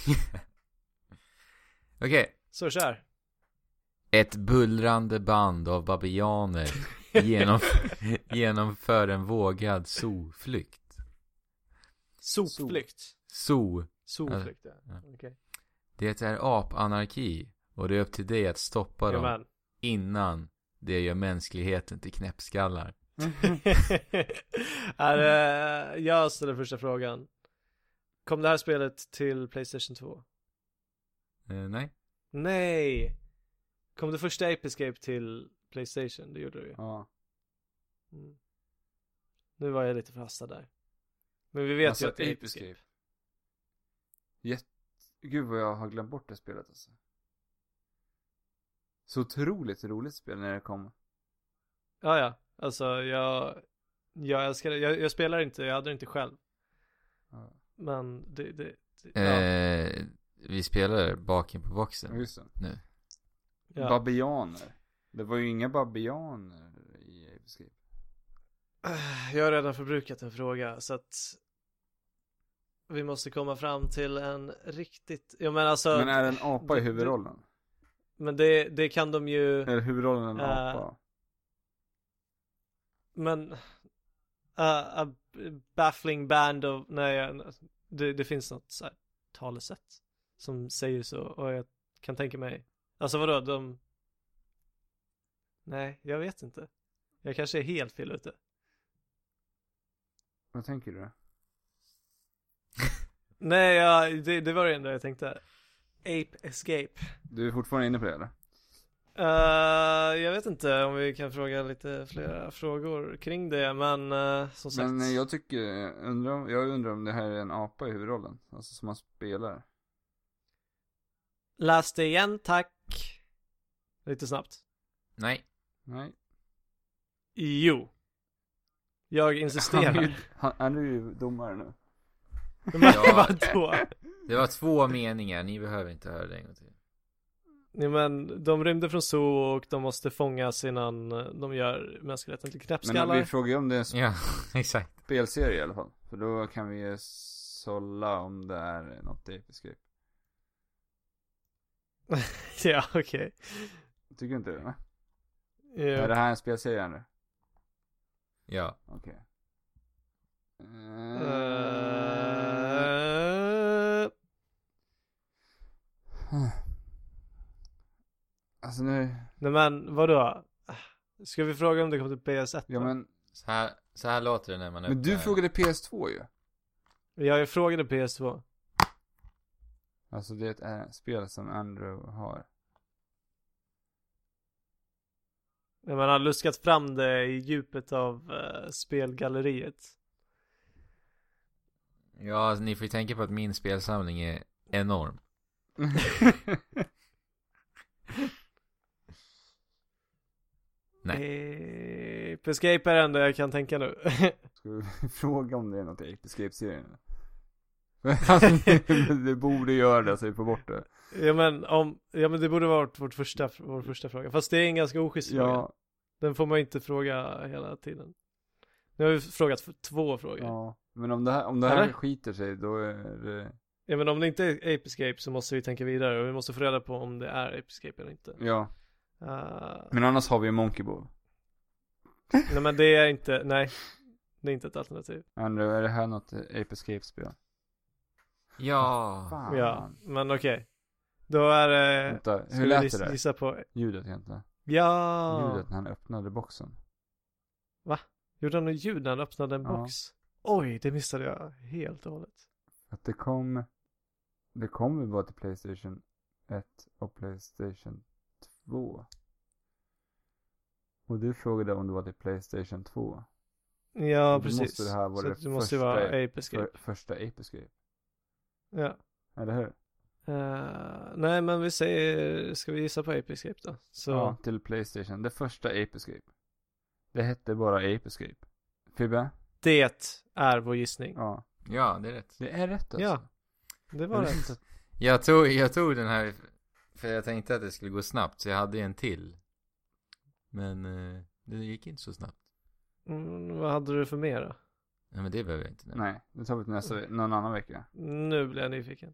Okej. Så kör. Ett bullrande band av babianer genomför en vågad zooflykt. Zooflykt. Zooflykt, ja. Okay. Det är apanarki och det är upp till dig att stoppa dem innan det gör mänskligheten till knäppskallar. Jag ställer första frågan. Kom det här spelet till PlayStation 2? Nej. Nej. Kom det första Ape Escape till PlayStation? Det gjorde det ju. Ja. Nu var jag lite fastad där. Men vi vet alltså, ju att Ape Escape. Gud vad jag har glömt bort det spelet alltså. Så otroligt roligt spel när det kom. Ja. Alltså jag älskar det. Jag spelar inte, jag hade det inte själv. Ja. Men vi spelar baken på boxen. Just det. Nu. Ja. Babianer. Det var ju inga babianer i Ape Escape. Jag har redan förbrukat en fråga så att vi måste komma fram till en riktigt... Men är det en apa i huvudrollen? Men det kan de ju... Är huvudrollen en apa? Men a baffling band of... Nej, det finns något så här talesätt som säger så. Och jag kan tänka mig... Alltså vadå, Nej, jag vet inte. Jag kanske är helt fel ute. Vad tänker du? Nej, det var det enda jag tänkte. Ape Escape. Du är fortfarande inne på det, eller? Jag vet inte om vi kan fråga lite flera frågor kring det, men som sagt. Men jag undrar om det här är en apa i huvudrollen. Alltså som man spelar. Läs det igen, tack. Lite snabbt. Nej. Jo. Jag insisterar. Han är ju domare nu. Det var 2 meningar. Ni behöver inte höra det en gång till. Nej, men de rymde från zoo och de måste fångas innan de gör mänskligheten till knäppskallar. Men vi frågar ju om det är ja, exakt. spelserie i alla fall. För då kan vi sålla om det är något Ape Escape. Ja, okej. Tycker du inte det? Va? Ja. Är det här en spelserie nu? Ja. Okej. Alltså nu... Nej men vadå? Ska vi fråga om det kommer till PS1? Ja men... Så här låter det när man öppnar. Men du frågade PS2 ju. Jag frågade PS2. Alltså det är ett spel som Andrew har. Man har luskat fram det i djupet av spelgalleriet. Ja, alltså, ni får ju tänka på att min spelsamling är enorm. Nej. Ape Escape är det enda jag kan tänka nu. Ska vi fråga om det är något i Ape Escape-serien? Alltså, det borde göra det så vi får bort det. Ja men det borde vara vår första fråga. Fast det är en ganska oschysst fråga. Den får man inte fråga hela tiden. Nu har vi frågat för 2 frågor. Ja, men om det här skiter sig då är det... Ja men om det inte är Ape Escape så måste vi tänka vidare. Och vi måste få reda på om det är Ape Escape eller inte. Ja. Men annars har vi ju Monkey Ball. Nej men det är inte, nej. Det är inte ett alternativ. Andrew, är det här något Ape Escape-spel? Ja. Fan. Ja, men okej. Då är det... Vänta, hur lät det där? Gissa på... Ljudet egentligen. Ja. Ljudet när han öppnade boxen. Va? Gjorde han något ljud när han öppnade en box? Oj, det missade jag helt och hållet. Att det kom väl bara till PlayStation 1 och PlayStation 2. Och du frågade om det var till PlayStation 2. Ja, och precis. Måste det här vara så det det måste ju vara Ape Escape. Första Ape Escape. Ja. Eller hur? Nej, men vi säger... Ska vi gissa på Ape Escape då? Så... Ja, till PlayStation. Det första Ape Escape. Det hette bara Ape Escape. Fibbe? Det är vår gissning. Ja. Ja, det är rätt. Det är rätt alltså. Ja, det var rätt. Jag tog den här för jag tänkte att det skulle gå snabbt så jag hade en till. Men det gick inte så snabbt. Vad hade du för mer då? Nej, men det behöver jag inte. Nej, det tar vi till någon annan vecka. Nu blir jag nyfiken.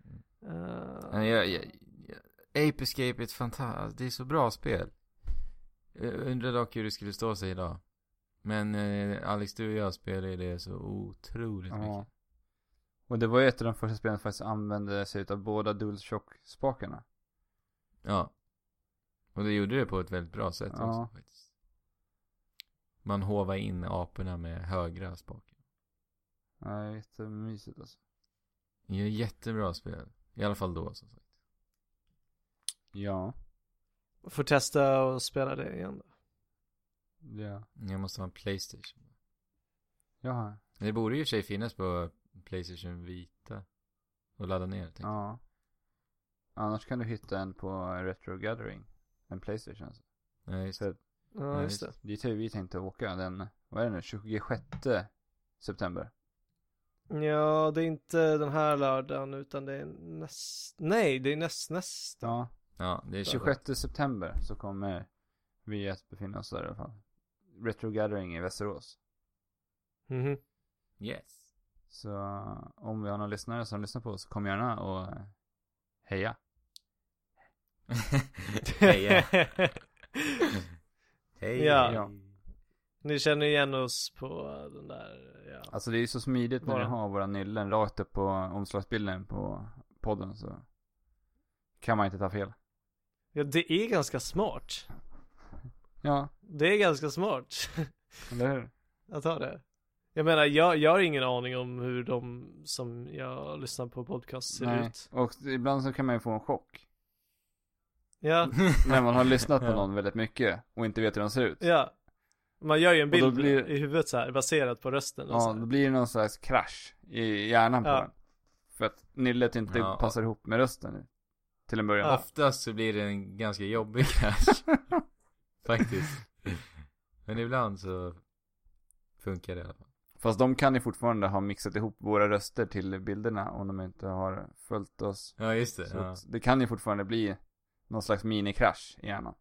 Ape Escape är ett fantastiskt, det är så bra spel. Jag undrar dock hur det skulle stå sig idag. Men Alex, du och jag spelar det så otroligt mycket. Och det var ju ett av de första spelen som faktiskt använde sig av båda DualShock-spakarna. Ja. Och det gjorde det på ett väldigt bra sätt också faktiskt. Man hovar in aporna med högra spaken. Ja, jättemysigt alltså. Det är jättebra spel. I alla fall då som sagt. Ja. Får testa och spela det igen då. Ja. Jag måste ha en PlayStation. Jaha. Det borde ju i och för sig finnas på PlayStation Vita. Och ladda ner, tänker jag. Ja. Annars kan du hitta en på Retro Gathering. En PlayStation alltså. Ja, just det. Ja, just det. Dit har vi tänkt att åka den, vad är det nu, 26 september. Ja, det är inte den här lördagen utan det är Nej, det är nästa. Ja. Ja, det är 26 september så kommer vi att befinna oss där i alla fall. Retro Gathering i Västerås. Mhm. Yes. Så om vi har några lyssnare som lyssnar på oss, kom gärna och heja. Heja. Hej. Ja. Ni känner igen oss på den där, ja. Alltså det är ju så smidigt när vi har våra nyllen rakt upp på omslagsbilden på podden, så kan man inte ta fel. Ja, det är ganska smart. Ja. Det är ganska smart. Eller hur? Att ha det. Jag menar, jag har ingen aning om hur de som jag lyssnar på podcast ser ut. Och ibland så kan man ju få en chock. Ja. När man har lyssnat på någon väldigt mycket och inte vet hur de ser ut. Ja. Man gör ju en bild i huvudet så här, baserat på rösten. Och så här. Då blir det någon slags krasch i hjärnan på den. För att nyllet inte passar ihop med rösten nu. Till en början. Oftast så blir det en ganska jobbig krasch. Faktiskt. Men ibland så funkar det i alla fall. Fast de kan ju fortfarande ha mixat ihop våra röster till bilderna om de inte har följt oss. Ja, just det. Så det kan ju fortfarande bli någon slags mini-krasch i hjärnan.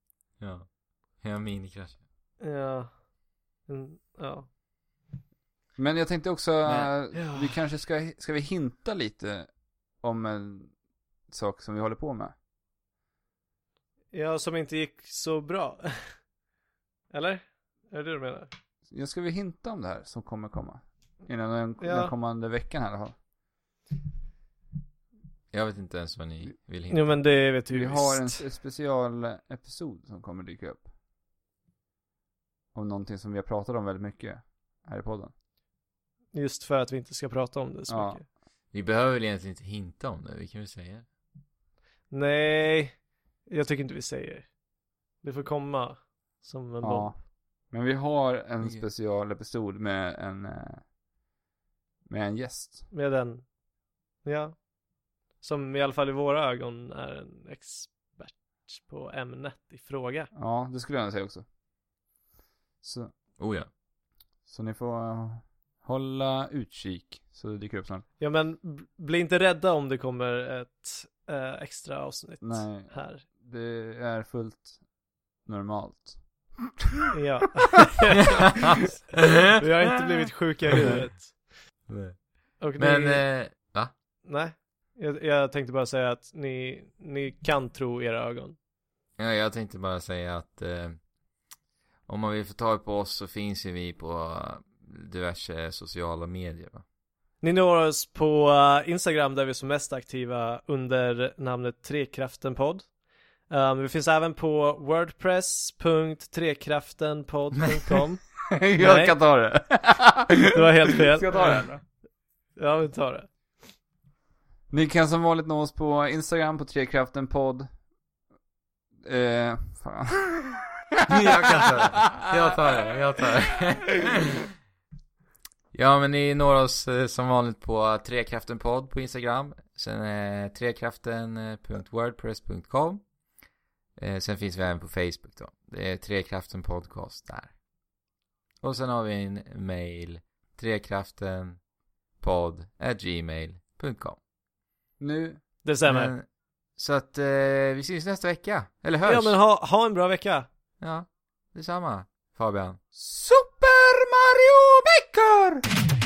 Ja, mini-krasch. Ja. Ja. Men jag tänkte också, vi kanske ska vi hinta lite om en sak som vi håller på med? Ja, som inte gick så bra. Eller? Är det du menar? Jag ska vi hinta om det här som kommer komma? Innan den kommande veckan här i alla fall. Jag vet inte ens vad ni vill hinta. Jo, men det vet vi Vi har en specialepisod som kommer dyka upp. Om någonting som vi har pratat om väldigt mycket här i podden. Just för att vi inte ska prata om det så mycket. Vi behöver väl egentligen inte hinta om det, vi kan väl säga. Nej, jag tycker inte vi säger. Det får komma som en bomb. Men vi har en specialepisod med en gäst. Med en, som i alla fall i våra ögon är en expert på ämnet i fråga. Ja, det skulle jag säga också. Så. Så ni får hålla utkik så det dyker upp snart. Ja, men bli inte rädda om det kommer ett extra avsnitt. Nej, här. Det är fullt normalt. Ja. Vi har inte blivit sjuka i huvudet. Men, va? Nej, jag tänkte bara säga att ni kan tro era ögon. Ja, jag tänkte bara säga att om man vill få tag på oss så finns ju vi på diverse sociala medier, va? Ni når oss på Instagram där vi är som mest aktiva under namnet Trekraftenpodd. Vi finns även på wordpress.trekraftenpodd.com. Jag kan ta det. Det var helt fel. Ska jag ta det då? Ja, vi tar det. Ni kan som vanligt nå oss på Instagram på Trekraftenpodd. Fan. Jag kan ta det. Jag tar det. Ja, men ni når oss som vanligt på Trekraftenpodd på Instagram. Sen trekraften.wordpress.com. Sen finns vi även på Facebook då. Det är Trekraften podcast där. Och sen har vi en mail, trekraftenpodd@gmail.com. Nu. Det stämmer. Så att vi ses nästa vecka. Eller hörs. Ja, men ha en bra vecka. Ja, detsamma Fabian. Super Mario Maker!